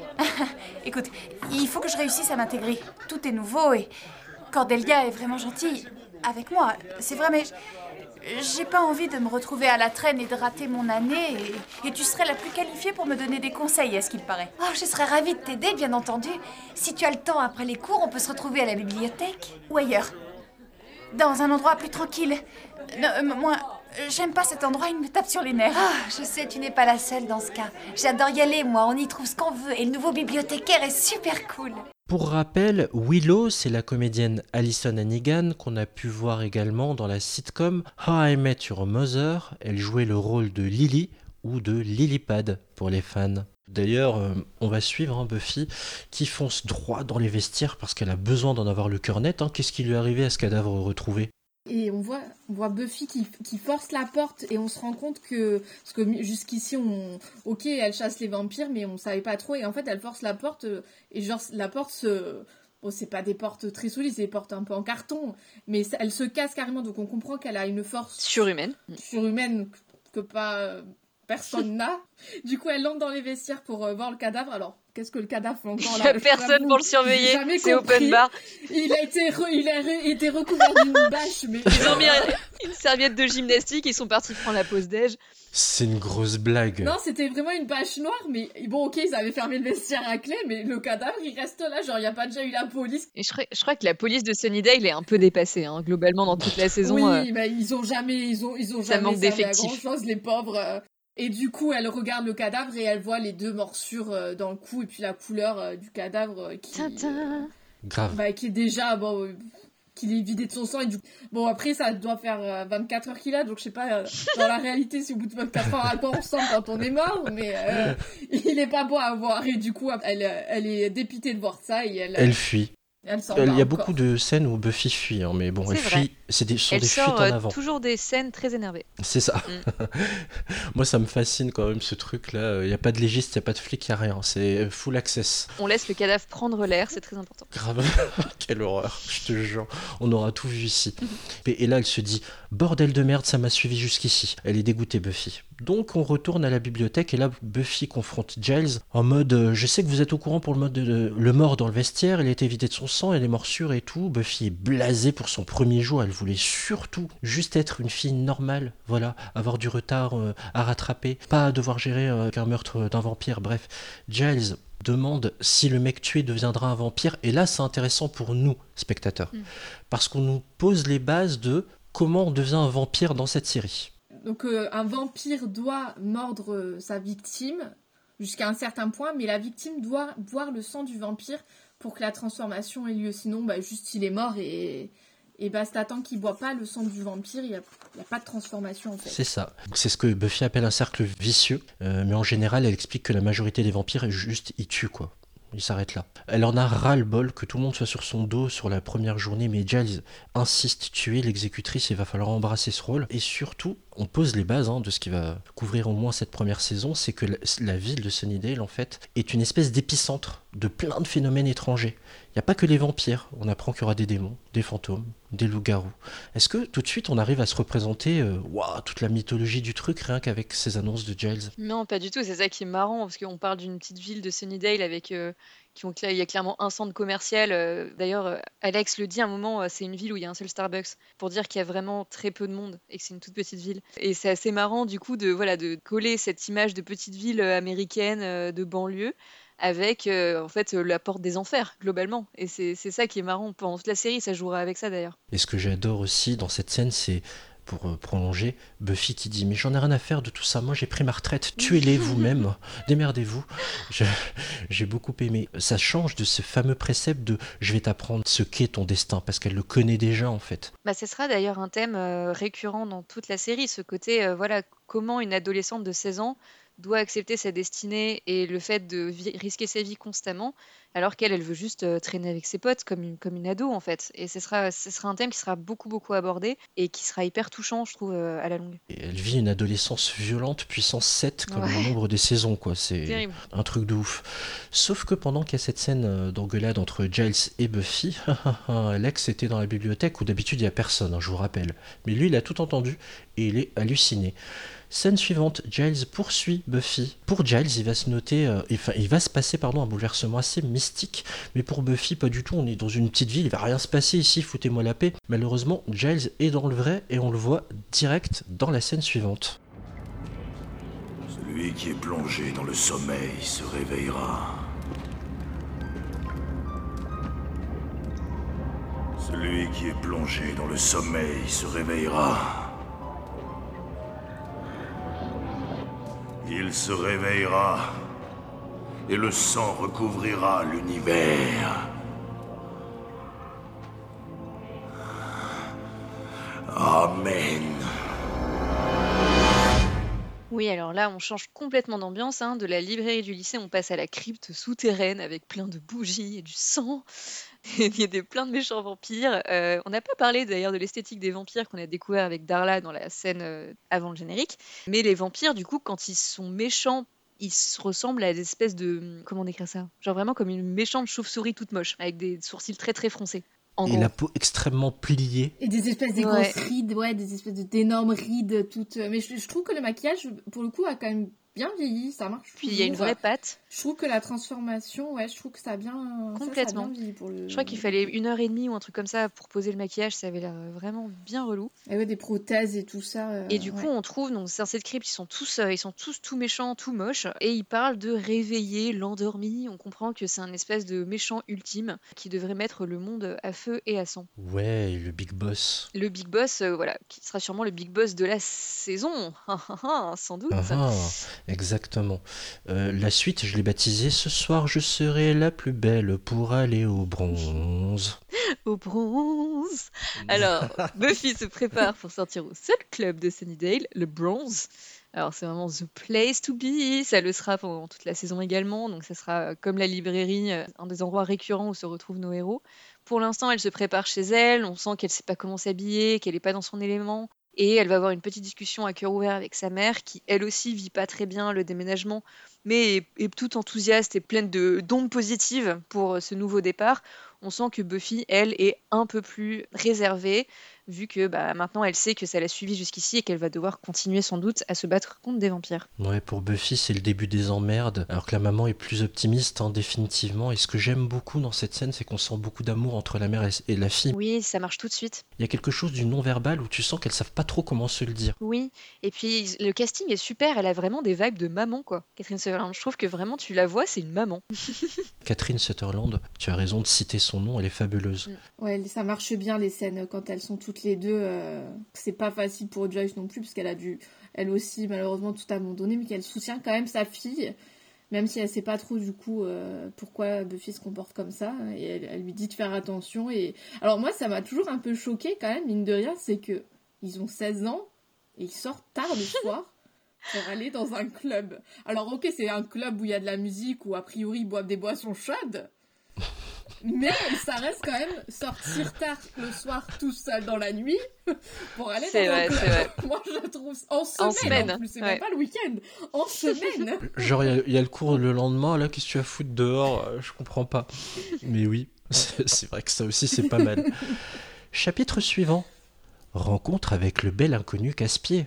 Écoute, il faut que je réussisse à m'intégrer. Tout est nouveau et Cordelia est vraiment gentille avec moi. C'est vrai, mais j'ai pas envie de me retrouver à la traîne et de rater mon année. Et, et tu serais la plus qualifiée pour me donner des conseils, à ce qu'il paraît. Oh, je serais ravie de t'aider, bien entendu. Si tu as le temps après les cours, on peut se retrouver à la bibliothèque. Ou ailleurs. Dans un endroit plus tranquille. Non, euh, moi, j'aime pas cet endroit, il me tape sur les nerfs. Oh, je sais, tu n'es pas la seule dans ce cas. J'adore y aller, moi, on y trouve ce qu'on veut. Et le nouveau bibliothécaire est super cool. Pour rappel, Willow, c'est la comédienne Alyson Hannigan qu'on a pu voir également dans la sitcom How I Met Your Mother. Elle jouait le rôle de Lily ou de Lilypad pour les fans. D'ailleurs, euh, on va suivre hein, Buffy qui fonce droit dans les vestiaires parce qu'elle a besoin d'en avoir le cœur net. Hein. Qu'est-ce qui lui est arrivé à ce cadavre retrouvé ? Et on voit, on voit Buffy qui, qui force la porte et on se rend compte que, parce que jusqu'ici, on, ok, elle chasse les vampires, mais on savait pas trop. Et en fait, elle force la porte et genre, la porte se... Bon, c'est pas des portes très solides, c'est des portes un peu en carton, mais elle se casse carrément. Donc on comprend qu'elle a une force... Surhumaine. Surhumaine que pas... personne n'a. Du coup, elle entre dans les vestiaires pour euh, voir le cadavre. Alors, qu'est-ce que le cadavre fait encore là ? Il n'y a personne pour le surveiller, c'est open bar. Il a été, re, il a re, été recouvert d'une bâche. Mais... Ils ont mis une serviette de gymnastique, ils sont partis prendre la pause déj. C'est une grosse blague. Non, c'était vraiment une bâche noire, mais bon, ok, ils avaient fermé le vestiaire à clé, mais le cadavre, il reste là, genre, il n'y a pas déjà eu la police. Et je, crois, je crois que la police de Sunnydale est un peu dépassée, hein, globalement, dans toute la saison. Oui, euh... mais ils ont jamais, ils ont, ils ont ça jamais manque d'effectifs. grand-chose, les pauvres... Euh... Et du coup, elle regarde le cadavre et elle voit les deux morsures euh, dans le cou et puis la couleur euh, du cadavre euh, qui, euh, Grave. Bah, qui est déjà bon, euh, qu'il est vidé de son sang. Et du... Bon, après, ça doit faire euh, vingt-quatre heures qu'il a, donc je sais pas euh, dans la réalité si au bout de vingt-quatre heures à quoi on ressemble quand on est mort, mais euh, il est pas beau à voir. Et du coup, elle, elle est dépitée de voir ça et elle. Elle fuit. Elle s'en Euh, bat Il y a encore. beaucoup de scènes où Buffy fuit, hein, mais bon, C'est elle vrai. fuit, c'est des, ce sont Elle des fuites sort en euh, avant. toujours des scènes très énervées. C'est ça. Mm. Moi, ça me fascine quand même ce truc-là. Il n'y a pas de légiste, il n'y a pas de flic, il n'y a rien. C'est full access. On laisse le cadavre prendre l'air, c'est très important. Grave. Quelle horreur, je te jure. On aura tout vu ici. Et, et là, elle se dit, bordel de merde, ça m'a suivi jusqu'ici. Elle est dégoûtée, Buffy. Donc, on retourne à la bibliothèque et là, Buffy confronte Giles en mode, euh, je sais que vous êtes au courant pour le mode de, de- le mort dans le vestiaire, il a été vidé de son sang, il y a des morsures et tout. Buffy est blasée pour son premier jour. Elle voulait surtout juste être une fille normale, voilà, avoir du retard euh, à rattraper, pas devoir gérer euh, un meurtre d'un vampire. Bref, Giles demande si le mec tué deviendra un vampire. Et là, c'est intéressant pour nous, spectateurs, Mm. parce qu'on nous pose les bases de comment on devient un vampire dans cette série. Donc euh, un vampire doit mordre euh, sa victime jusqu'à un certain point, mais la victime doit boire le sang du vampire pour que la transformation ait lieu. Sinon, bah, juste il est mort et, et basta. Tant qu'il ne boit pas le sang du vampire, il n'y a, il y a pas de transformation en fait. C'est ça. C'est ce que Buffy appelle un cercle vicieux, euh, mais en général, elle explique que la majorité des vampires, est juste, ils tuent, quoi. Ils s'arrêtent là. Elle en a ras-le-bol que tout le monde soit sur son dos sur la première journée, mais Giles insiste, tuer l'exécutrice, il va falloir embrasser ce rôle. Et surtout, on pose les bases hein, de ce qui va couvrir au moins cette première saison, c'est que la, la ville de Sunnydale, en fait, est une espèce d'épicentre de plein de phénomènes étrangers. Il n'y a pas que les vampires, on apprend qu'il y aura des démons, des fantômes, des loups-garous. Est-ce que tout de suite on arrive à se représenter euh, ouah, toute la mythologie du truc rien qu'avec ces annonces de Giles? Non, pas du tout, c'est ça qui est marrant, parce qu'on parle d'une petite ville de Sunnydale avec... euh, qui ont, cla- il y a clairement un centre commercial. euh, D'ailleurs, euh, Alex le dit à un moment, euh, c'est une ville où il y a un seul Starbucks, pour dire qu'il y a vraiment très peu de monde et que c'est une toute petite ville. Et c'est assez marrant du coup de, voilà, de coller cette image de petite ville euh, américaine, euh, de banlieue, avec euh, en fait euh, la porte des enfers, globalement. Et c'est c'est ça qui est marrant. Pendant toute la série, ça jouera avec ça d'ailleurs. Et ce que j'adore aussi dans cette scène, c'est, pour euh, prolonger, Buffy qui dit « Mais j'en ai rien à faire de tout ça, moi j'ai pris ma retraite, tuez-les vous-même, démerdez-vous ». Je- J'ai beaucoup aimé. Ça change de ce fameux précepte de « Je vais t'apprendre ce qu'est ton destin », parce qu'elle le connaît déjà en fait. Bah, ce sera d'ailleurs un thème euh, récurrent dans toute la série, ce côté, euh, voilà, comment une adolescente de seize ans doit accepter sa destinée et le fait de vi- risquer sa vie constamment, alors qu'elle, elle veut juste euh, traîner avec ses potes comme une, comme une ado, en fait. Et ce sera, ce sera un thème qui sera beaucoup, beaucoup abordé et qui sera hyper touchant, je trouve, euh, à la longue. Et elle vit une adolescence violente, puissance sept, comme Ouais. le nombre des saisons, quoi. C'est Terrible. un truc de ouf. Sauf que pendant qu'il y a cette scène euh, d'engueulade entre Giles et Buffy, Alex était dans la bibliothèque où d'habitude il n'y a personne, hein, je vous rappelle. Mais lui, il a tout entendu et il est halluciné. Scène suivante, Giles poursuit Buffy. Pour Giles, il va se noter, euh, enfin, il va se passer pardon, un bouleversement assez mystique, mais pour Buffy, pas du tout. On est dans une petite ville, il va rien se passer ici, foutez-moi la paix. Malheureusement, Giles est dans le vrai et on le voit direct dans la scène suivante. Celui qui est plongé dans le sommeil se réveillera. Celui qui est plongé dans le sommeil se réveillera. Il se réveillera et le sang recouvrira l'univers. Amen. Oui, alors là, on change complètement d'ambiance, hein. De la librairie du lycée, on passe à la crypte souterraine avec plein de bougies et du sang. Il y a des, plein de méchants vampires. Euh, on n'a pas parlé d'ailleurs de l'esthétique des vampires qu'on a découvert avec Darla dans la scène euh, avant le générique. Mais les vampires, du coup, quand ils sont méchants, ils se ressemblent à des espèces de... Comment décrire ça? Genre vraiment comme une méchante chauve-souris toute moche, avec des sourcils très très froncés. En Et gros. la peau extrêmement pliée. Et des espèces de Ouais. grosses rides, ouais, des espèces de- d'énormes rides toutes. Mais je, je trouve que le maquillage, pour le coup, a quand même bien vieilli, ça marche. Puis il y a une toujours. vraie patte. Je trouve que la transformation, ouais, je trouve que ça a bien. ça, Complètement. Ça, a bien vieilli pour le. Je crois qu'il fallait une heure et demie ou un truc comme ça pour poser le maquillage, ça avait l'air vraiment bien relou. Et ouais, des prothèses et tout ça. euh, Et du coup, ouais. on trouve donc dans cette crypte, ils sont tous, euh, ils sont tous tout méchants, tout moches, et ils parlent de réveiller l'endormi. On comprend que c'est un espèce de méchant ultime qui devrait mettre le monde à feu et à sang. Ouais, le big boss. Le big boss, euh, voilà, qui sera sûrement le big boss de la saison, sans doute. Ah, ah, exactement. Euh, la suite, je l'ai baptisée « Ce soir, je serai la plus belle pour aller au bronze Au bronze. Alors, Buffy se prépare pour sortir au seul club de Sunnydale, le Bronze. Alors c'est vraiment the place to be, ça le sera pendant toute la saison également, donc ça sera euh, comme la librairie, euh, un des endroits récurrents où se retrouvent nos héros. Pour l'instant, elle se prépare chez elle, on sent qu'elle sait pas comment s'habiller, qu'elle est pas dans son élément, et elle va avoir une petite discussion à cœur ouvert avec sa mère, qui elle aussi vit pas très bien le déménagement, mais est, est toute enthousiaste et pleine de d'ondes positives pour euh, ce nouveau départ. On sent que Buffy, elle, est un peu plus réservée, vu que bah, maintenant elle sait que ça l'a suivi jusqu'ici et qu'elle va devoir continuer sans doute à se battre contre des vampires. Ouais, pour Buffy, c'est le début des emmerdes, alors que la maman est plus optimiste, hein, définitivement. Et ce que j'aime beaucoup dans cette scène, c'est qu'on sent beaucoup d'amour entre la mère et, et la fille. Oui, ça marche tout de suite. Il y a quelque chose du non-verbal où tu sens qu'elles savent pas trop comment se le dire. Oui, et puis le casting est super, elle a vraiment des vibes de maman, quoi. Catherine Sutherland, je trouve que vraiment tu la vois, c'est une maman. Catherine Sutherland, tu as raison de citer son nom, elle est fabuleuse. Mm. Ouais, ça marche bien les scènes quand elles sont toutes les deux. Euh, c'est pas facile pour Joyce non plus, parce qu'elle a dû, elle aussi, malheureusement, tout abandonner, mais qu'elle soutient quand même sa fille, même si elle sait pas trop du coup euh, pourquoi Buffy se comporte comme ça. Et elle, elle lui dit de faire attention. Et alors moi, ça m'a toujours un peu choquée quand même, mine de rien, c'est que ils ont seize ans et ils sortent tard le soir. Pour aller dans un club. Alors ok, c'est un club où il y a de la musique, où a priori ils boivent des boissons chaudes, mais ça reste quand même sortir tard le soir tout seul dans la nuit pour aller C'est dans vrai, un club. c'est vrai. Moi je trouve en semaine, En semaine, en plus, c'est ouais. même pas le week-end, en semaine. Genre, il y a- il y, a le cours le lendemain, là, qu'est-ce que tu as foutre dehors euh, Je comprends pas. Mais oui, c'est c'est vrai que ça aussi, c'est pas mal. Chapitre suivant. Rencontre avec le bel inconnu casse-pied.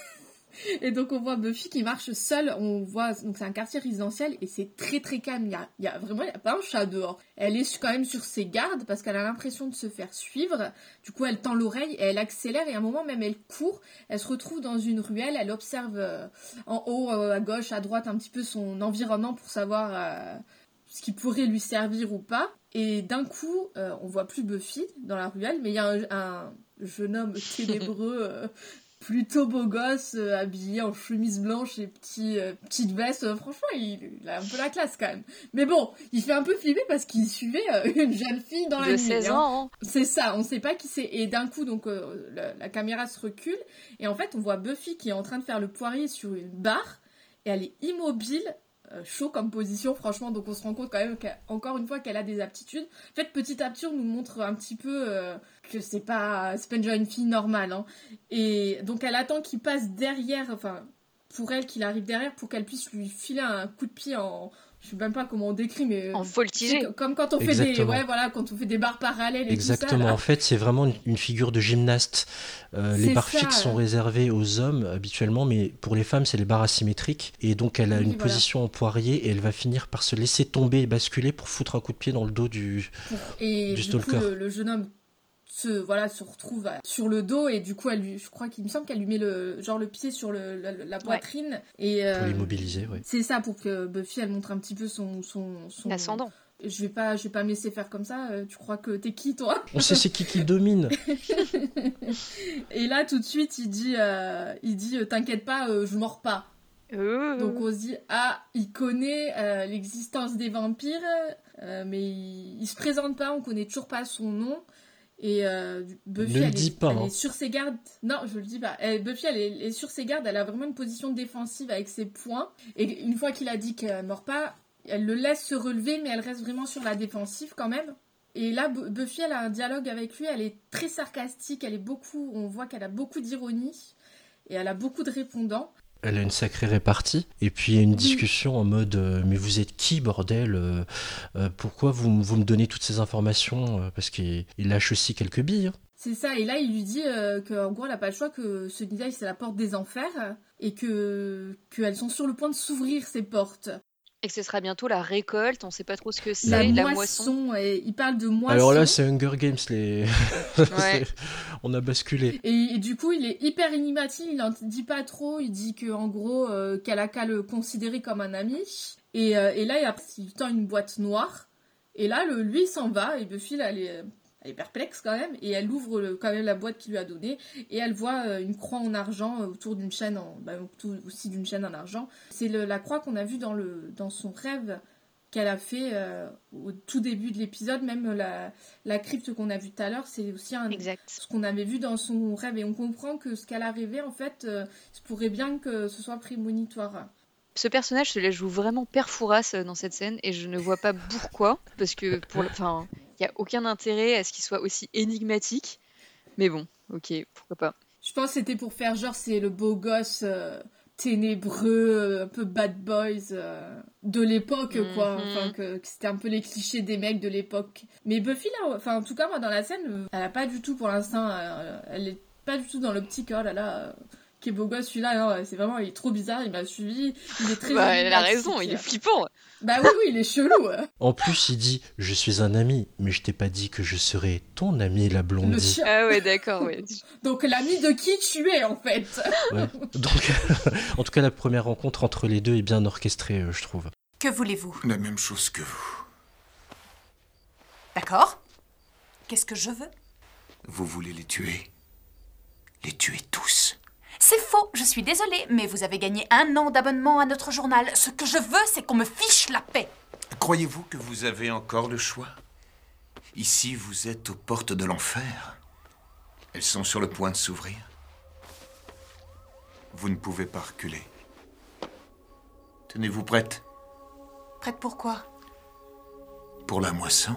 Et donc on voit Buffy qui marche seule, on voit, donc c'est un quartier résidentiel et c'est très très calme, il y a, il y a vraiment, il y a pas un chat dehors. Elle est quand même sur ses gardes parce qu'elle a l'impression de se faire suivre, du coup elle tend l'oreille et elle accélère et à un moment même elle court, elle se retrouve dans une ruelle, elle observe euh, en haut, euh, à gauche, à droite un petit peu son environnement pour savoir euh, ce qui pourrait lui servir ou pas. Et d'un coup, euh, on voit plus Buffy dans la ruelle, mais il y a un, un jeune homme ténébreux... euh, plutôt beau gosse, euh, habillé en chemise blanche et petit, euh, petite veste. Euh, franchement, il, il a un peu la classe quand même. Mais bon, il fait un peu flipper parce qu'il suivait euh, une jeune fille dans la De nuit. seize hein. ans, hein. C'est ça, on sait pas qui c'est. Et d'un coup, donc, euh, la, la caméra se recule. Et en fait, on voit Buffy qui est en train de faire le poirier sur une barre. Et elle est immobile. Euh, chaud comme position, franchement, donc on se rend compte quand même qu'encore une fois qu'elle a des aptitudes. En fait, petit à petit, on nous montre un petit peu euh, que c'est pas, c'est pas déjà une fille normale. Hein. Et donc elle attend qu'il passe derrière, enfin, pour elle, qu'il arrive derrière pour qu'elle puisse lui filer un coup de pied en... Je sais même pas comment on décrit, mais... En voltigé. C'est comme quand on fait Exactement. des... Ouais, voilà, quand on fait des barres parallèles et Exactement, tout ça. là. en fait, c'est vraiment une, une figure de gymnaste. Euh, les C'est barres ça, fixes sont euh. réservées aux hommes habituellement, mais pour les femmes, c'est les barres asymétriques. Et donc, elle a Oui, une voilà. position en poirier et elle va finir par se laisser tomber et basculer pour foutre un coup de pied dans le dos du. Et Du du, coup, stalker. le, le jeune homme se, voilà, se retrouve à- sur le dos et du coup, elle lui, je crois qu'il me semble qu'elle lui met le, genre le pied sur le, la, la poitrine. Et, Pour euh, l'immobiliser, ouais. c'est ça, pour que Buffy, elle montre un petit peu son... son, son... L'ascendant. Je vais pas, je vais pas me laisser faire comme ça. euh, Tu crois que t'es qui, toi? On sait c'est qui qui domine. Et là, tout de suite, il dit, euh, il dit, euh, t'inquiète pas, euh, je mords pas. Euh. Donc on se dit, ah, il connaît euh, l'existence des vampires, euh, mais il, il se présente pas, on connaît toujours pas son nom. Et euh, Buffy, Ne le elle, dis est, pas, elle hein. est sur ses gardes. Non, je le dis pas. Elle- Buffy, elle est, elle est sur ses gardes, elle a vraiment une position défensive avec ses poings. Et une fois qu'il a dit qu'elle mord pas, elle le laisse se relever, mais elle reste vraiment sur la défensive quand même. Et là, Bu- Buffy, elle a un dialogue avec lui, elle est très sarcastique, elle est beaucoup, on voit qu'elle a beaucoup d'ironie, et elle a beaucoup de répondants. Elle a une sacrée répartie. Et puis il y a une Oui. discussion en mode euh, mais vous êtes qui, bordel euh, euh, Pourquoi vous, vous me donnez toutes ces informations euh, Parce qu'il il lâche aussi quelques billes. hein. C'est ça, et là il lui dit euh, qu'en gros elle n'a pas le choix, que Sunnydale c'est la porte des enfers, et que qu'elles sont sur le point de s'ouvrir ces portes. Et que ce sera bientôt la récolte, on sait pas trop ce que c'est, La, la, moisson, moisson. et il parle de moisson. Alors là, c'est Hunger Games. Les... Ouais. c'est- On a basculé. Et, et du coup il est hyper énigmatique, il en dit pas trop, il dit que en gros euh, qu'elle a qu'à le considérer comme un ami. Et, euh, et là il, a, il tend une boîte noire, et là le, lui il s'en va, et Buffy là, elle est... Elle est perplexe quand même, et elle ouvre le- quand même la boîte qu'il lui a donnée, et elle voit euh, une croix en argent euh, autour d'une chaîne, en, bah, autour aussi d'une chaîne en argent. C'est le- la croix qu'on a vue dans, le, dans son rêve qu'elle a fait euh, au tout début de l'épisode. Même la, la crypte qu'on a vue tout à l'heure, c'est aussi un, Exact. ce qu'on avait vu dans son rêve. Et on comprend que ce qu'elle a rêvé, en fait, euh, ça pourrait bien que ce soit prémonitoire. Ce personnage se la joue vraiment père Fouras dans cette scène et je ne vois pas pourquoi, parce que pour le... enfin, il n'y a aucun intérêt à ce qu'il soit aussi énigmatique. Mais bon, ok, pourquoi pas. Je pense que c'était pour faire genre c'est le beau gosse euh, ténébreux, euh, un peu bad boys euh, de l'époque, Mhm. quoi. Enfin, que, que c'était un peu les clichés des mecs de l'époque. Mais Buffy, là, enfin, en tout cas, moi, dans la scène, euh, elle a pas du tout, pour l'instant, euh, elle est pas du tout dans l'optique, oh là là, euh, qui est beau gosse, celui-là, non, c'est vraiment, il est trop bizarre, il m'a suivi, il est très Bah, elle a énigmatique. raison, il est flippant. Bah oui, oui, il est chelou. euh. En plus, il dit « Je suis un ami, mais je t'ai pas dit que je serais ton ami, la Le blondie. chien. Ah ouais, d'accord, ouais. » Donc, l'ami de qui tu es, en fait. Ouais. Donc, en tout cas, la première rencontre entre les deux est bien orchestrée, euh, je trouve. Que voulez-vous? La même chose que vous. D'accord. Qu'est-ce que je veux? Vous voulez les tuer. Les tuer tous. C'est faux, je suis désolée, mais vous avez gagné un an d'abonnement à notre journal. Ce que je veux, c'est qu'on me fiche la paix. Croyez-vous que vous avez encore le choix? Ici, vous êtes aux portes de l'enfer. Elles sont sur le point de s'ouvrir. Vous ne pouvez pas reculer. Tenez-vous prête Prête pour quoi? pour la moisson?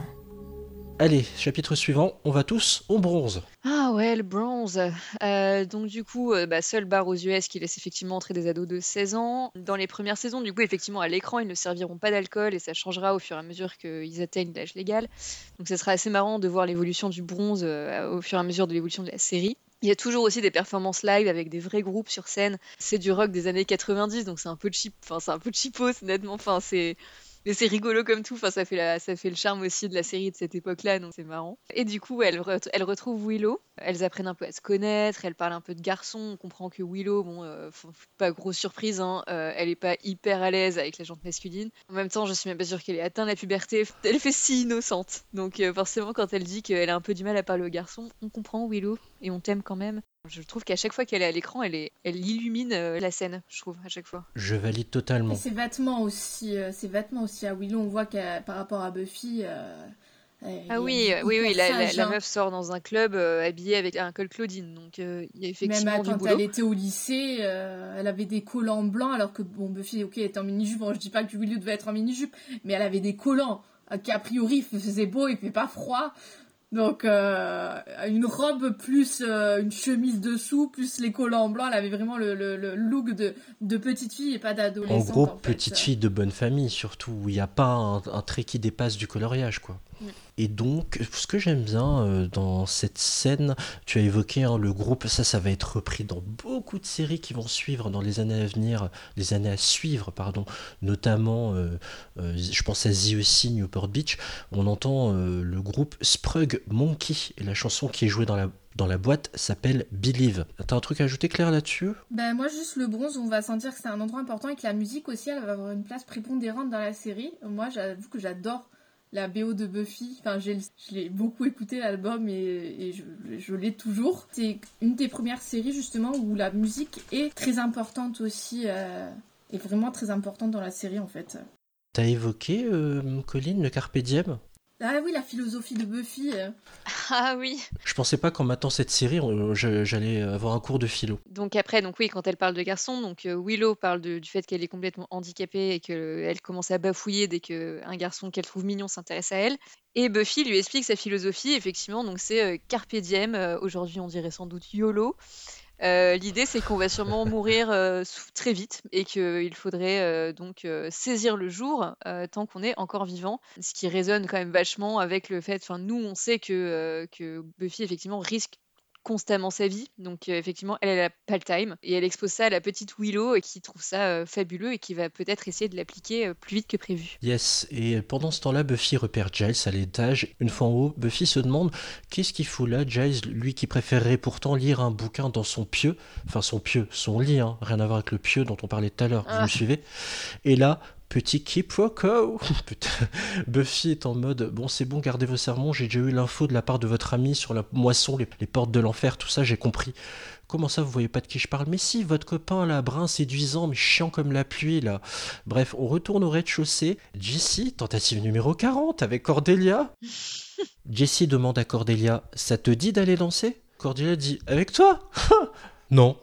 Allez, chapitre suivant, on va tous au bronze. Ah ouais, le bronze. Euh, donc du coup, euh, bah, seul bar aux U S qui laisse effectivement entrer des ados de seize ans. Dans les premières saisons, du coup, effectivement, à l'écran, ils ne serviront pas d'alcool et ça changera au fur et à mesure qu'ils atteignent l'âge légal. Donc ça sera assez marrant de voir l'évolution du bronze euh, au fur et à mesure de l'évolution de la série. Il y a toujours aussi des performances live avec des vrais groupes sur scène. C'est du rock des années quatre-vingt-dix, donc c'est un peu cheap, enfin c'est un peu cheapos, honnêtement. Enfin c'est mais c'est rigolo comme tout, enfin, ça fait, la, ça fait le charme aussi de la série de cette époque-là, donc c'est marrant. Et du coup, elle, re- elle retrouve Willow, elles apprennent un peu à se connaître, elles parlent un peu de garçon, on comprend que Willow, bon, euh, f- f- pas grosse surprise, hein, euh, elle est pas hyper à l'aise avec la jante masculine. En même temps, je suis même pas sûre qu'elle ait atteint la puberté, elle fait si innocente. Donc euh, forcément, quand elle dit qu'elle a un peu du mal à parler aux garçons, on comprend Willow, et on t'aime quand même. Je trouve qu'à chaque fois qu'elle est à l'écran, elle, est, elle illumine euh, la scène, je trouve, à chaque fois. Je valide Et totalement. ses vêtements aussi, euh, ses vêtements aussi à Willow, on voit que par rapport à Buffy, euh, elle Ah est oui, euh, oui, hyper oui, la, la- sage, la hein. meuf sort dans un club euh, habillée avec un col Claudine, donc euh, il y a Même effectivement euh, du quand boulot. elle était au lycée, euh, elle avait des collants blancs, alors que bon, Buffy, ok, elle était en mini-jupe. Bon, je dis pas que Willow devait être en mini-jupe, mais elle avait des collants euh, qui a priori faisaient beau et fait pas froid. Donc euh, une robe plus euh, une chemise dessous plus les collants blancs, elle avait vraiment le, le, le look de, de petite fille et pas En d'adolescente. gros, en fait. petite fille de bonne famille, surtout, où il n'y a pas un, un trait qui dépasse du coloriage, quoi. Mm. Et donc, ce que j'aime bien euh, dans cette scène, tu as évoqué hein, le groupe, ça, ça va être repris dans beaucoup de séries qui vont suivre dans les années à venir, les années à suivre, pardon, notamment, euh, euh, je pense à The O C, Newport Beach, on entend euh, le groupe Sprug Monkey, et la chanson qui est jouée dans la, dans la boîte s'appelle Believe. T'as un truc à ajouter, Claire, là-dessus? Ben moi juste le bronze, on va sentir que c'est un endroit important et que la musique aussi, elle va avoir une place prépondérante dans la série. Moi, j'avoue que j'adore la B O de Buffy. Enfin, j'ai, je l'ai beaucoup écouté l'album et, et je, je l'ai toujours. C'est une des premières séries justement où la musique est très importante aussi, euh, est vraiment très importante dans la série en fait. T'as évoqué, euh, Colline, le Carpe Diem? Ah oui, la philosophie de Buffy. euh. Ah oui. Je pensais pas qu'en matant cette série, on- je- j'allais avoir un cours de philo. Donc après, donc oui, quand elle parle de garçon, donc euh, Willow parle de- du fait qu'elle est complètement handicapée et qu'elle commence à bafouiller dès qu'un garçon qu'elle trouve mignon s'intéresse à elle. Et Buffy lui explique sa philosophie, effectivement, donc c'est euh, Carpe Diem, euh, aujourd'hui on dirait sans doute YOLO. Euh, L'idée c'est qu'on va sûrement mourir euh, sou- très vite et qu'il faudrait euh, donc euh, saisir le jour euh, tant qu'on est encore vivant, ce qui résonne quand même vachement avec le fait, enfin nous on sait que, euh, que Buffy effectivement risque constamment sa vie, donc euh, effectivement elle, elle a pas le time et elle expose ça à la petite Willow euh, qui trouve ça euh, fabuleux et qui va peut-être essayer de l'appliquer euh, plus vite que prévu. Yes, et pendant ce temps-là, Buffy repère Giles à l'étage. Une fois en haut, Buffy se demande qu'est-ce qu'il fout là, Giles, lui qui préférerait pourtant lire un bouquin dans son pieu, enfin son pieu, son lit, hein, rien à voir avec le pieu dont on parlait tout à l'heure, vous Ah. me suivez? Et là, Petit quiproquo. Putain. Buffy est en mode bon, c'est bon, gardez vos sermons, j'ai déjà eu l'info de la part de votre ami sur la moisson, les, les portes de l'enfer, tout ça, j'ai compris. Comment ça, vous voyez pas de qui je parle? Mais si, votre copain là, brun, séduisant, mais chiant comme la pluie là. Bref, on retourne au rez-de-chaussée. Jessie, tentative numéro quarante avec Cordelia. Jessie demande à Cordelia, ça te dit d'aller danser? Cordelia dit, avec toi? Non.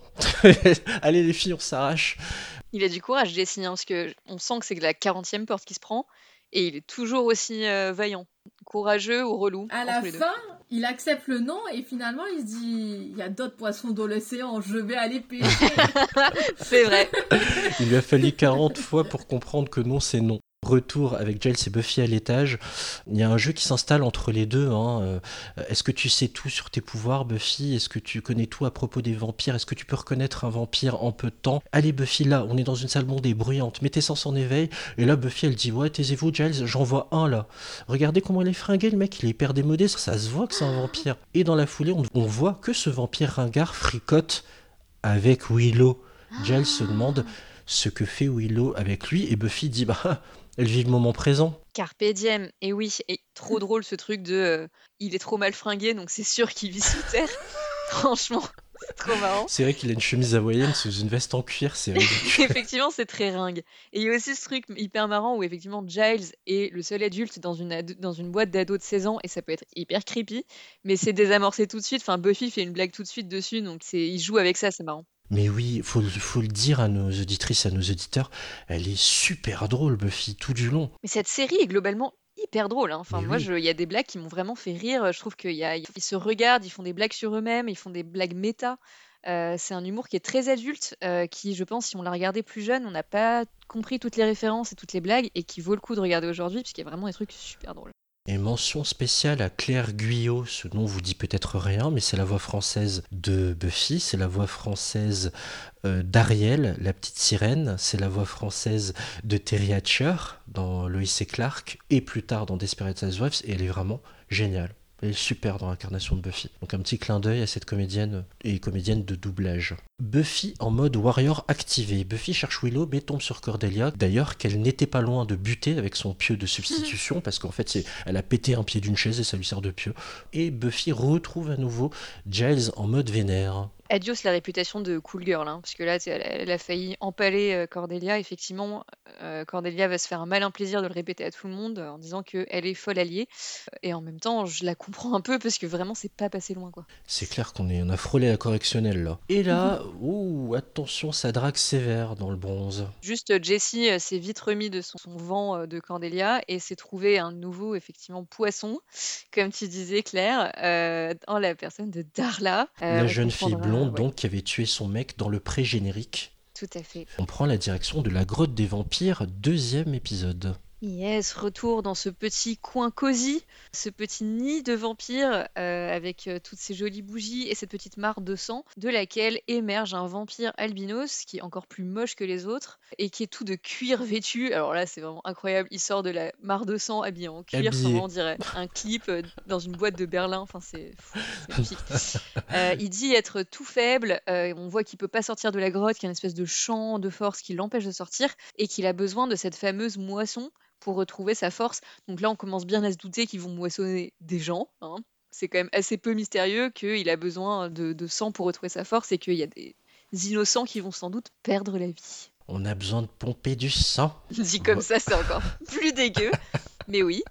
Allez les filles, on s'arrache. Il a du courage, Jessie, hein, parce que on sent que c'est la quarantième porte qui se prend, et il est toujours aussi euh, vaillant, courageux ou relou. À entre la les deux. fin, il accepte le nom et finalement il se dit il y a d'autres poissons dans l'océan, je vais aller pêcher. C'est vrai. Il lui a fallu quarante fois pour comprendre que non, c'est non. Retour avec Giles et Buffy à l'étage. Il y a un jeu qui s'installe entre les deux. Hein. Euh, Est-ce que tu sais tout sur tes pouvoirs, Buffy? Est-ce que tu connais tout à propos des vampires? Est-ce que tu peux reconnaître un vampire en peu de temps? Allez, Buffy, là, on est dans une salle bondée, bruyante. Mettez sens en éveil. Et là, Buffy, elle dit ouais, taisez-vous, Giles, j'en vois un là. Regardez comment il est fringué, le mec, il est hyper démodé. Ça se voit que c'est un vampire. Et dans la foulée, on, on voit que ce vampire ringard fricote avec Willow. Giles se demande ce que fait Willow avec lui. Et Buffy dit bah. Elle vit le moment présent. Carpe diem, et oui, et trop drôle ce truc de euh, il est trop mal fringué, donc c'est sûr qu'il vit sous terre. Franchement, c'est trop marrant. C'est vrai qu'il a une chemise hawaïenne sous une veste en cuir, c'est ridicule. Effectivement, c'est très ringue. Et il y a aussi ce truc hyper marrant où effectivement Giles est le seul adulte dans une, ado- dans une boîte d'ados de seize ans, et ça peut être hyper creepy, mais c'est désamorcé tout de suite. Enfin, Buffy fait une blague tout de suite dessus, donc c'est, il joue avec ça, c'est marrant. Mais oui, faut, faut le dire à nos auditrices, à nos auditeurs, elle est super drôle, Buffy, tout du long. Mais cette série est globalement hyper drôle, hein. Enfin, Mais moi, oui. je- il y a des blagues qui m'ont vraiment fait rire. Je trouve qu'ils ils se regardent, ils font des blagues sur eux-mêmes, ils font des blagues méta. Euh, c'est un humour qui est très adulte, euh, qui, je pense, si on l'a regardé plus jeune, on n'a pas compris toutes les références et toutes les blagues, et qui vaut le coup de regarder aujourd'hui, puisqu'il y a vraiment des trucs super drôles. Et mention spéciale à Claire Guyot, ce nom vous dit peut-être rien, mais c'est la voix française de Buffy, c'est la voix française euh, d'Ariel, la petite sirène, c'est la voix française de Terry Hatcher dans Lois et Clark, et plus tard dans Desperate Housewives, et elle est vraiment géniale. Elle est super dans l'incarnation de Buffy. Donc un petit clin d'œil à cette comédienne et comédienne de doublage. Buffy en mode warrior activé. Buffy cherche Willow mais tombe sur Cordelia. D'ailleurs qu'elle n'était pas loin de buter avec son pieu de substitution parce qu'en fait c'est, elle a pété un pied d'une chaise et ça lui sert de pieu. Et Buffy retrouve à nouveau Giles en mode vénère. Adios la réputation de cool girl, hein, parce que là, tu sais, elle, elle a failli empaler euh, Cordelia. Effectivement, euh, Cordelia va se faire un malin plaisir de le répéter à tout le monde euh, en disant qu'elle est folle alliée. Et en même temps, je la comprends un peu parce que vraiment, c'est pas passé loin, quoi. C'est clair qu'on est, on a frôlé la correctionnelle là. Et là, ouh, attention, ça drague sévère dans le bronze. Juste, euh, Jessie euh, s'est vite remis de son, son vent euh, de Cordelia et s'est trouvé un nouveau, effectivement, poisson, comme tu disais, Claire, euh, en la personne de Darla. Euh, La on jeune fille comprendra, blonde ouais, donc qui avait tué son mec dans le pré-générique. tout à fait. On prend la direction de la grotte des vampires, deuxième épisode. Yes, retour dans ce petit coin cosy, ce petit nid de vampires euh, avec euh, toutes ces jolies bougies et cette petite mare de sang de laquelle émerge un vampire albinos qui est encore plus moche que les autres et qui est tout de cuir vêtu. Alors là, c'est vraiment incroyable. Il sort de la mare de sang habillé en cuir, Habillé. vraiment, on dirait un clip euh, dans une boîte de Berlin. Enfin, c'est fou, c'est magnifique. Euh, il dit être tout faible. euh, on voit qu'il peut pas sortir de la grotte, qu'il y a une espèce de champ de force qui l'empêche de sortir et qu'il a besoin de cette fameuse moisson pour retrouver sa force. Donc là, on commence bien à se douter qu'ils vont moissonner des gens, hein. C'est quand même assez peu mystérieux qu'il a besoin de, de sang pour retrouver sa force et qu'il y a des innocents qui vont sans doute perdre la vie. On a besoin de pomper du sang. Dit comme ça, c'est encore plus dégueu. Mais oui.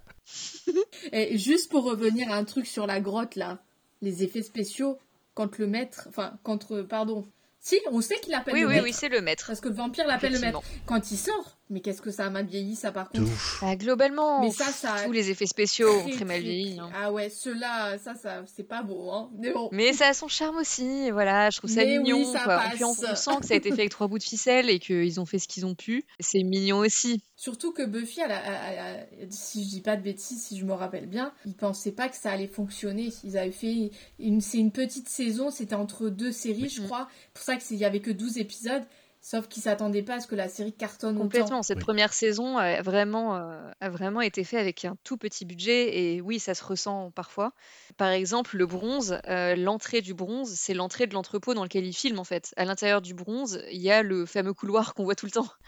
Et juste pour revenir à un truc sur la grotte là, les effets spéciaux, quand le maître, enfin, quand, euh, pardon, si, on sait qu'il l'appelle Oui, le oui, maître. oui, c'est le maître. Parce que le vampire l'appelle le maître. Effectivement. Quand il sort, mais qu'est-ce que ça a mal vieilli ça par contre. Ouf. Bah, globalement, Mais ça, ça a tous les effets spéciaux ont Très, très mal très, vieilli, très- hein. Ah ouais, ceux-là, ça, ça, c'est pas beau, hein. Mais bon. Mais ça a son charme aussi, voilà, je trouve ça Mais oui, mignon, ça quoi. Et puis on, passe. on sent que ça a été fait avec trois bouts de ficelle et qu'ils ont fait ce qu'ils ont pu. C'est mignon aussi. Surtout que Buffy, elle a- elle a- elle a- si je dis pas de bêtises, si je me rappelle bien, ils pensaient pas que ça allait fonctionner. Ils avaient fait une, c'est une petite saison, c'était entre deux séries, je Mhm. crois. Pour ça qu'il y avait que douze épisodes. Sauf qu'ils s'attendaient pas à ce que la série cartonne autant. Complètement. Cette Oui. première saison a vraiment, euh, a vraiment été faite avec un tout petit budget et oui, ça se ressent parfois. Par exemple, le bronze, euh, l'entrée du bronze, c'est l'entrée de l'entrepôt dans lequel ils filment en fait. À l'intérieur du bronze, il y a le fameux couloir qu'on voit tout le temps.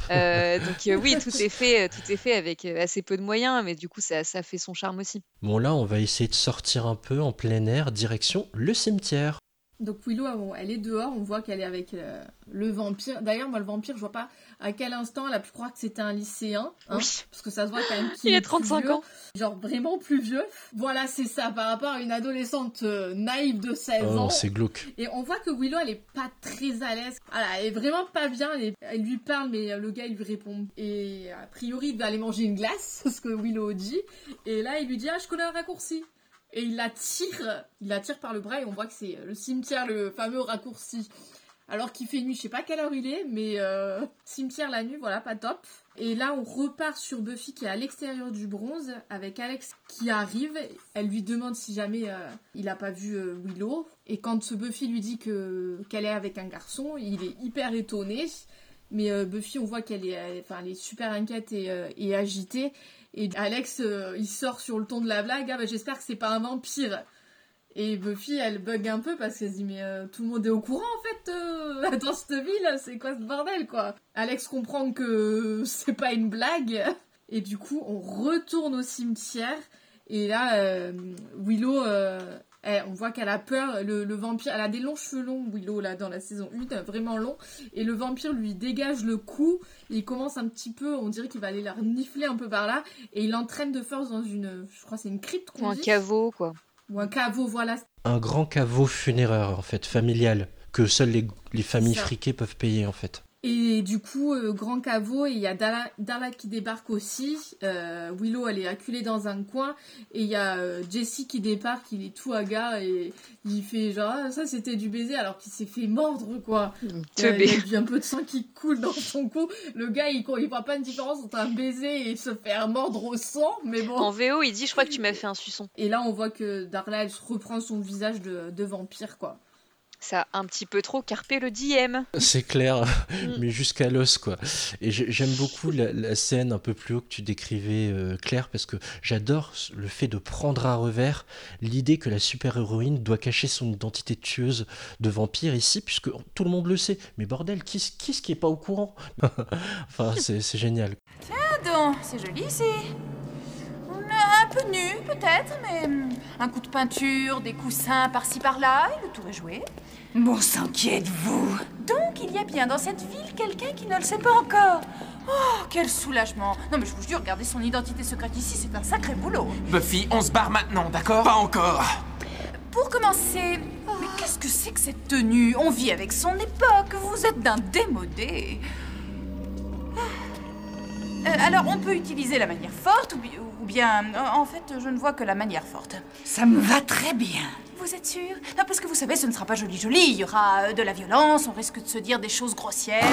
Euh, donc euh, oui, tout est fait, tout est fait avec euh, assez peu de moyens, mais du coup, ça, ça fait son charme aussi. Bon, là, on va essayer de sortir un peu en plein air, direction le cimetière. Donc Willow, elle est dehors, on voit qu'elle est avec euh, le vampire. D'ailleurs, moi, le vampire, je vois pas à quel instant elle a pu croire que c'était un lycéen. Hein, Oui. Parce que ça se voit quand même qu'il Il est a trente-cinq plus vieux, ans. genre vraiment plus vieux. Voilà, c'est ça, par rapport à une adolescente euh, naïve de seize Oh, ans. c'est glauque. Et on voit que Willow, elle est pas très à l'aise. Voilà, elle est vraiment pas bien. Elle, est- elle lui parle, mais euh, le gars, il lui répond. Et a priori, il va aller manger une glace, ce que Willow dit. Et là, il lui dit, ah, je connais un raccourci. Et il la tire, il la tire par le bras et on voit que c'est le cimetière, le fameux raccourci. Alors qu'il fait nuit, je sais pas quelle heure il est, mais euh, cimetière la nuit, voilà, pas top. Et là, on repart sur Buffy qui est à l'extérieur du bronze avec Alex qui arrive. Elle lui demande si jamais euh, il a pas vu euh, Willow. Et quand ce Buffy lui dit que qu'elle est avec un garçon, il est hyper étonné. Mais euh, Buffy, on voit qu'elle est, elle- enfin, elle est super inquiète et, euh, et agitée. Et Alex, euh, il sort sur le ton de la blague. Ah, bah, j'espère que c'est pas un vampire. Et Buffy, elle bug un peu parce qu'elle se dit mais euh, tout le monde est au courant en fait euh, dans cette ville, c'est quoi ce bordel quoi. Alex comprend que c'est pas une blague et du coup on retourne au cimetière et là euh, Willow, euh, elle- on voit qu'elle a peur. Le, le vampire, elle a des longs cheveux longs Willow là dans la saison un, vraiment longs et le vampire lui dégage le cou. Et il commence un petit peu, on dirait qu'il va aller la renifler un peu par là et il l'entraîne de force dans une, je crois que c'est une crypte qu'on Ou un dit. caveau, quoi. Ou un caveau, voilà. Un grand caveau funéraire, en fait, familial, que seules les, les familles Ça. friquées peuvent payer, en fait. Et du coup, euh, grand caveau, et il y a Darla, Darla qui débarque aussi. Euh, Willow, elle est acculée dans un coin. Et il y a euh, Jesse qui débarque, il est tout hagard et il fait genre, ah, ça c'était du baiser, alors qu'il s'est fait mordre, quoi. Euh, il y a du- un peu de sang qui coule dans son cou. Le gars, il, il voit pas une différence entre un baiser et se faire mordre au sang, mais bon. En V O, il dit je crois que tu m'as fait un suçon. Et là, on voit que Darla, elle reprend son visage de, de vampire, quoi. Ça a un petit peu trop carpé le D M. C'est clair, Mm. mais jusqu'à l'os, quoi. Et j'ai- j'aime beaucoup la, la scène un peu plus haut que tu décrivais, euh, Claire, parce que j'adore le fait de prendre à revers l'idée que la super-héroïne doit cacher son identité de tueuse de vampire ici, puisque tout le monde le sait. Mais bordel, qui, est-ce- qui est-ce qui est pas au courant? Enfin, c'est c'est génial. Pardon, c'est joli ici. On est un peu nu peut-être, mais hum, un coup de peinture, des coussins par-ci par-là, et le tour est joué. Bon sang, qui êtes-vous? Donc il y a bien dans cette ville quelqu'un qui ne le sait pas encore. Oh, quel soulagement. Non mais je vous jure, garder son identité secrète ici, c'est un sacré boulot. Buffy, on se barre maintenant, d'accord? Pas encore. Pour commencer, mais qu'est-ce que c'est que cette tenue? On vit avec son époque, vous êtes d'un démodé. Euh, alors, on peut utiliser la manière forte ou, bi- ou bien... En fait, je ne vois que la manière forte. Ça me va très bien. Vous êtes sûr? Non, parce que vous savez, ce ne sera pas joli joli. Il y aura euh, de la violence, on risque de se dire des choses grossières.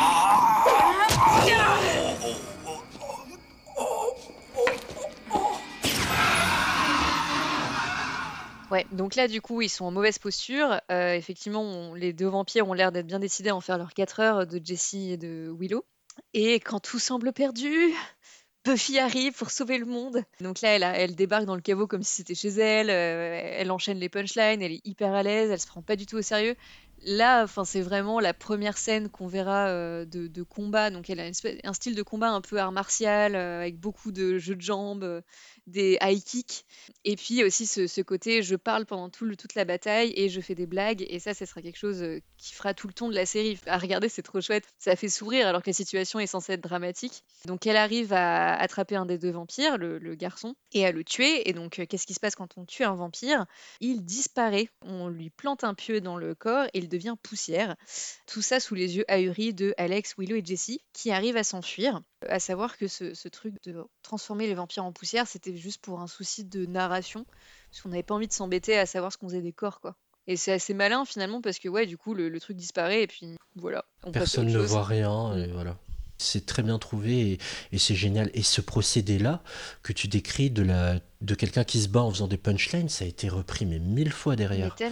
Ouais, donc là, du coup, ils sont en mauvaise posture. Euh, effectivement, on- les deux vampires ont l'air d'être bien décidés à en faire leurs quatre heures de Jesse et de Willow. Et quand tout semble perdu, Buffy arrive pour sauver le monde. Donc là, elle, a- elle débarque dans le caveau comme si c'était chez elle. euh, elle enchaîne les punchlines, elle est hyper à l'aise, elle se prend pas du tout au sérieux. Là, enfin, c'est vraiment la première scène qu'on verra euh, de, de combat. Donc, elle a une espèce- un style de combat un peu art martial, euh, avec beaucoup de jeux de jambes, euh, des high kicks. Et puis aussi ce, ce côté, je parle pendant tout le- toute la bataille et je fais des blagues. Et ça, ce sera quelque chose euh, qui fera tout le ton de la série. À regarder, c'est trop chouette. Ça fait sourire alors que la situation est censée être dramatique. Donc, elle arrive à attraper un des deux vampires, le, le garçon, et à le tuer. Et donc, euh, qu'est-ce qui se passe quand on tue un vampire? Il disparaît. On lui plante un pieu dans le corps et il devient poussière. Tout ça sous les yeux ahuris de Alex, Willow et Jesse, qui arrivent à s'enfuir. À savoir que ce, ce truc de transformer les vampires en poussière, c'était juste pour un souci de narration, parce qu'on n'avait pas envie de s'embêter à savoir ce qu'on faisait des corps, quoi. Et c'est assez malin finalement, parce que ouais, du coup, le, le truc disparaît et puis voilà. On passe à Personne autre ne chose. voit rien, et voilà. C'est très bien trouvé et, et c'est génial. Et ce procédé-là que tu décris de, la, de quelqu'un qui se bat en faisant des punchlines, ça a été repris mais mille fois Mais derrière. tellement.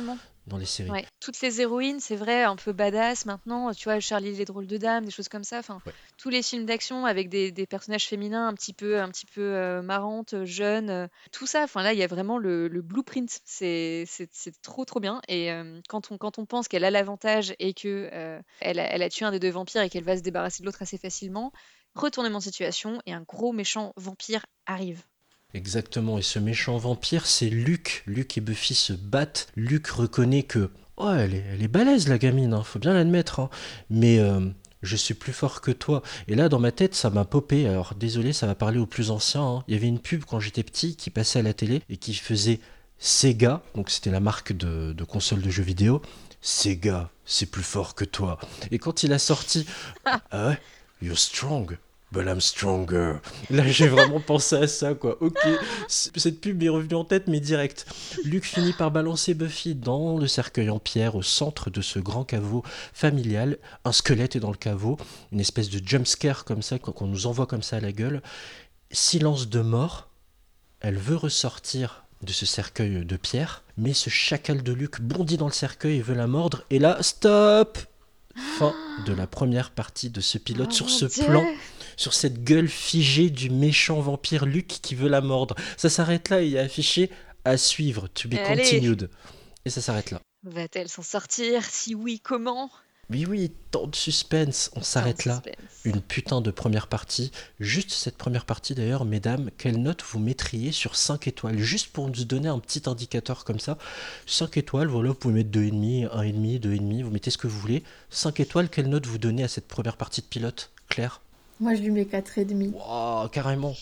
dans les séries. Ouais. Toutes les héroïnes, c'est vrai, un peu badass maintenant. Tu vois, Charlie les drôles de dames, des choses comme ça. Enfin, Ouais. tous les films d'action avec des, des personnages féminins un petit peu, un petit peu euh, marrantes, euh, jeunes, euh, tout ça. Enfin, là, il y a vraiment le, le blueprint. C'est, c'est, c'est trop, trop bien. Et euh, quand on, quand on pense qu'elle a l'avantage et que euh, elle a, elle a tué un des deux vampires et qu'elle va se débarrasser de l'autre assez facilement, retournement de situation et un gros méchant vampire arrive. Exactement, et ce méchant vampire, c'est Luke. Luke et Buffy se battent. Luke reconnaît que, oh, elle est, elle est balèze la gamine, hein, faut bien l'admettre, hein. Mais euh, je suis plus fort que toi. Et là, dans ma tête, ça m'a popé. Alors désolé, ça va parler aux plus anciens, hein. Il y avait une pub quand j'étais petit qui passait à la télé et qui faisait Sega, donc c'était la marque de, de console de jeux vidéo. Sega, c'est plus fort que toi. Et quand il a sorti, ah ouais, you're strong. But I'm stronger. Là, j'ai vraiment pensé à ça, quoi. Ok, c- cette pub est revenue en tête, mais direct. Luke finit par balancer Buffy dans le cercueil en pierre au centre de ce grand caveau familial. Un squelette est dans le caveau, une espèce de jumpscare comme ça, qu'on nous envoie comme ça à la gueule. Silence de mort. Elle veut ressortir de ce cercueil de pierre, mais ce chacal de Luke bondit dans le cercueil et veut la mordre. Et là, stop! Fin de la première partie de ce pilote Oh sur mon ce Dieu. plan, sur cette gueule figée du méchant vampire Luke qui veut la mordre. Ça s'arrête là et il y a affiché à suivre, to be Allez. continued. Et ça s'arrête là. Va-t-elle s'en sortir? Si oui, comment? Oui, oui, tant de suspense, on s'arrête là. Suspense. Une putain de première partie. Juste cette première partie d'ailleurs, mesdames, quelle note vous mettriez sur cinq étoiles? Juste pour nous donner un petit indicateur comme ça. cinq étoiles, voilà, vous pouvez mettre deux virgule cinq, un virgule cinq, deux virgule cinq, vous mettez ce que vous voulez. cinq étoiles, quelle note vous donnez à cette première partie de pilote, Claire? Moi, je lui mets quatre et demi. Waouh, carrément.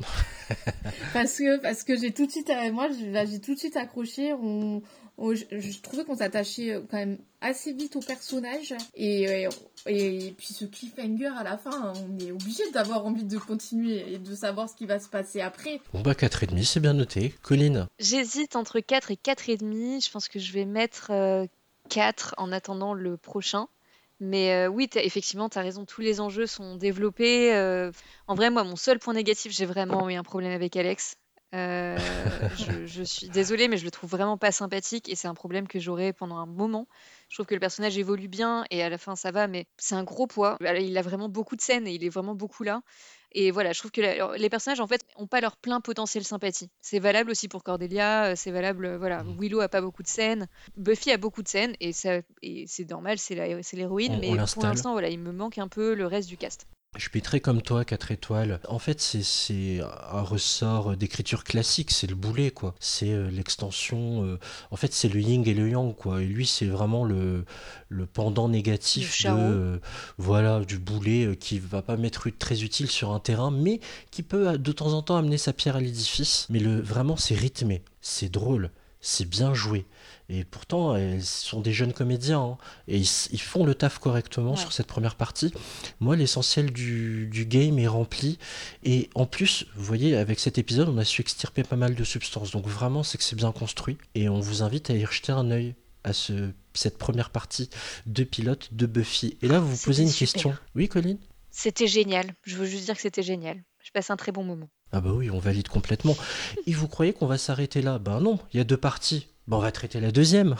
Parce que, parce que j'ai tout de suite, euh, moi, je- là, j'ai tout de suite accroché. On, on- je, je trouvais qu'on s'attachait euh, quand même assez vite au personnage. Et, euh, et, et puis ce cliffhanger à la fin, on est obligé d'avoir envie de continuer et de savoir ce qui va se passer après. Bon bah quatre et demi, c'est bien noté. Colline? J'hésite entre quatre et quatre et demi. Je pense que je vais mettre euh, quatre en attendant le prochain. Mais euh, oui, t'as- effectivement, tu as raison, tous les enjeux sont développés. euh, En vrai, moi, mon seul point négatif, j'ai vraiment eu un problème avec Alex. Euh, je, je suis désolée, mais je le trouve vraiment pas sympathique et c'est un problème que j'aurai pendant un moment. Je trouve que le personnage évolue bien et à la fin ça va, mais c'est un gros poids. Alors, il a vraiment beaucoup de scènes et il est vraiment beaucoup là. Et voilà, je trouve que la- les personnages en fait ont pas leur plein potentiel sympathie. C'est valable aussi pour Cordelia, euh, c'est valable, euh, voilà. Willow a pas beaucoup de scènes, Buffy a beaucoup de scènes et ça, et c'est normal, c'est la- c'est l'héroïne, On- on mais pour l'installe. l'instant voilà, il me manque un peu le reste du cast. Je mettrais comme toi quatre étoiles. En fait, c'est c'est un ressort d'écriture classique, c'est le boulet, quoi. C'est euh, l'extension. euh, En fait, c'est le yin et le yang, quoi. Et lui, c'est vraiment le, le pendant Le négatif de, charron. euh, voilà, du boulet euh, qui va pas m'être très utile sur un terrain, mais qui peut euh, de temps en temps amener sa pierre à l'édifice. Mais le, vraiment, c'est rythmé, c'est drôle, c'est bien joué. Et pourtant, elles sont des jeunes comédiens, hein, et ils, s- ils font le taf correctement Ouais. sur cette première partie. Moi, l'essentiel du, du game est rempli. Et en plus, vous voyez, avec cet épisode, on a su extirper pas mal de substances. Donc vraiment, c'est que c'est bien construit. Et on vous invite à y jeter un œil à ce, cette première partie de pilote de Buffy. Et là, vous vous C'était posez une super. question. Oui, Colline? C'était génial. Je veux juste dire que c'était génial. Je passe un très bon moment. Ah bah oui, on valide complètement. Et vous croyez qu'on va s'arrêter là? Ben non, il y a deux parties. Bon, on va traiter la deuxième.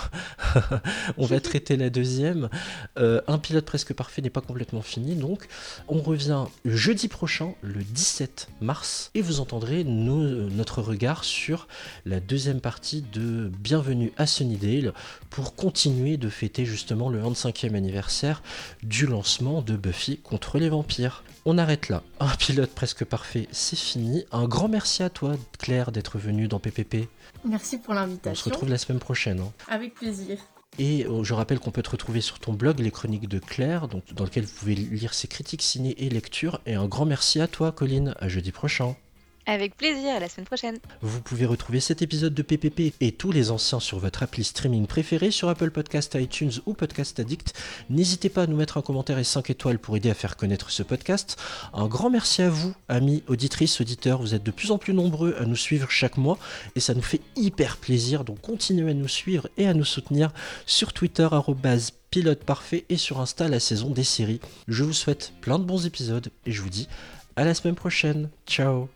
On va traiter la deuxième. Euh, un pilote presque parfait n'est pas complètement fini, donc on revient jeudi prochain, le dix-sept mars, et vous entendrez nos- notre regard sur la deuxième partie de Bienvenue à Sunnydale pour continuer de fêter justement le vingt-cinquième anniversaire du lancement de Buffy contre les vampires. On arrête là. Un pilote presque parfait, c'est fini. Un grand merci à toi, Claire, d'être venue dans P P P. Merci pour On se l'invitation. retrouve la semaine prochaine, hein. Avec plaisir. Et euh, je rappelle qu'on peut te retrouver sur ton blog Les Chroniques de Claire, donc, dans lequel vous pouvez lire ses critiques ciné et lectures. Et un grand merci à toi, Colline. À jeudi prochain. Avec plaisir, à la semaine prochaine. Vous pouvez retrouver cet épisode de P P P et tous les anciens sur votre appli streaming préférée sur Apple Podcast, iTunes ou Podcast Addict. N'hésitez pas à nous mettre un commentaire et cinq étoiles pour aider à faire connaître ce podcast. Un grand merci à vous, amis, auditrices, auditeurs. Vous êtes de plus en plus nombreux à nous suivre chaque mois et ça nous fait hyper plaisir. Donc continuez à nous suivre et à nous soutenir sur Twitter, arobase pilote parfait, et sur Insta, la saison des séries. Je vous souhaite plein de bons épisodes et je vous dis à la semaine prochaine. Ciao.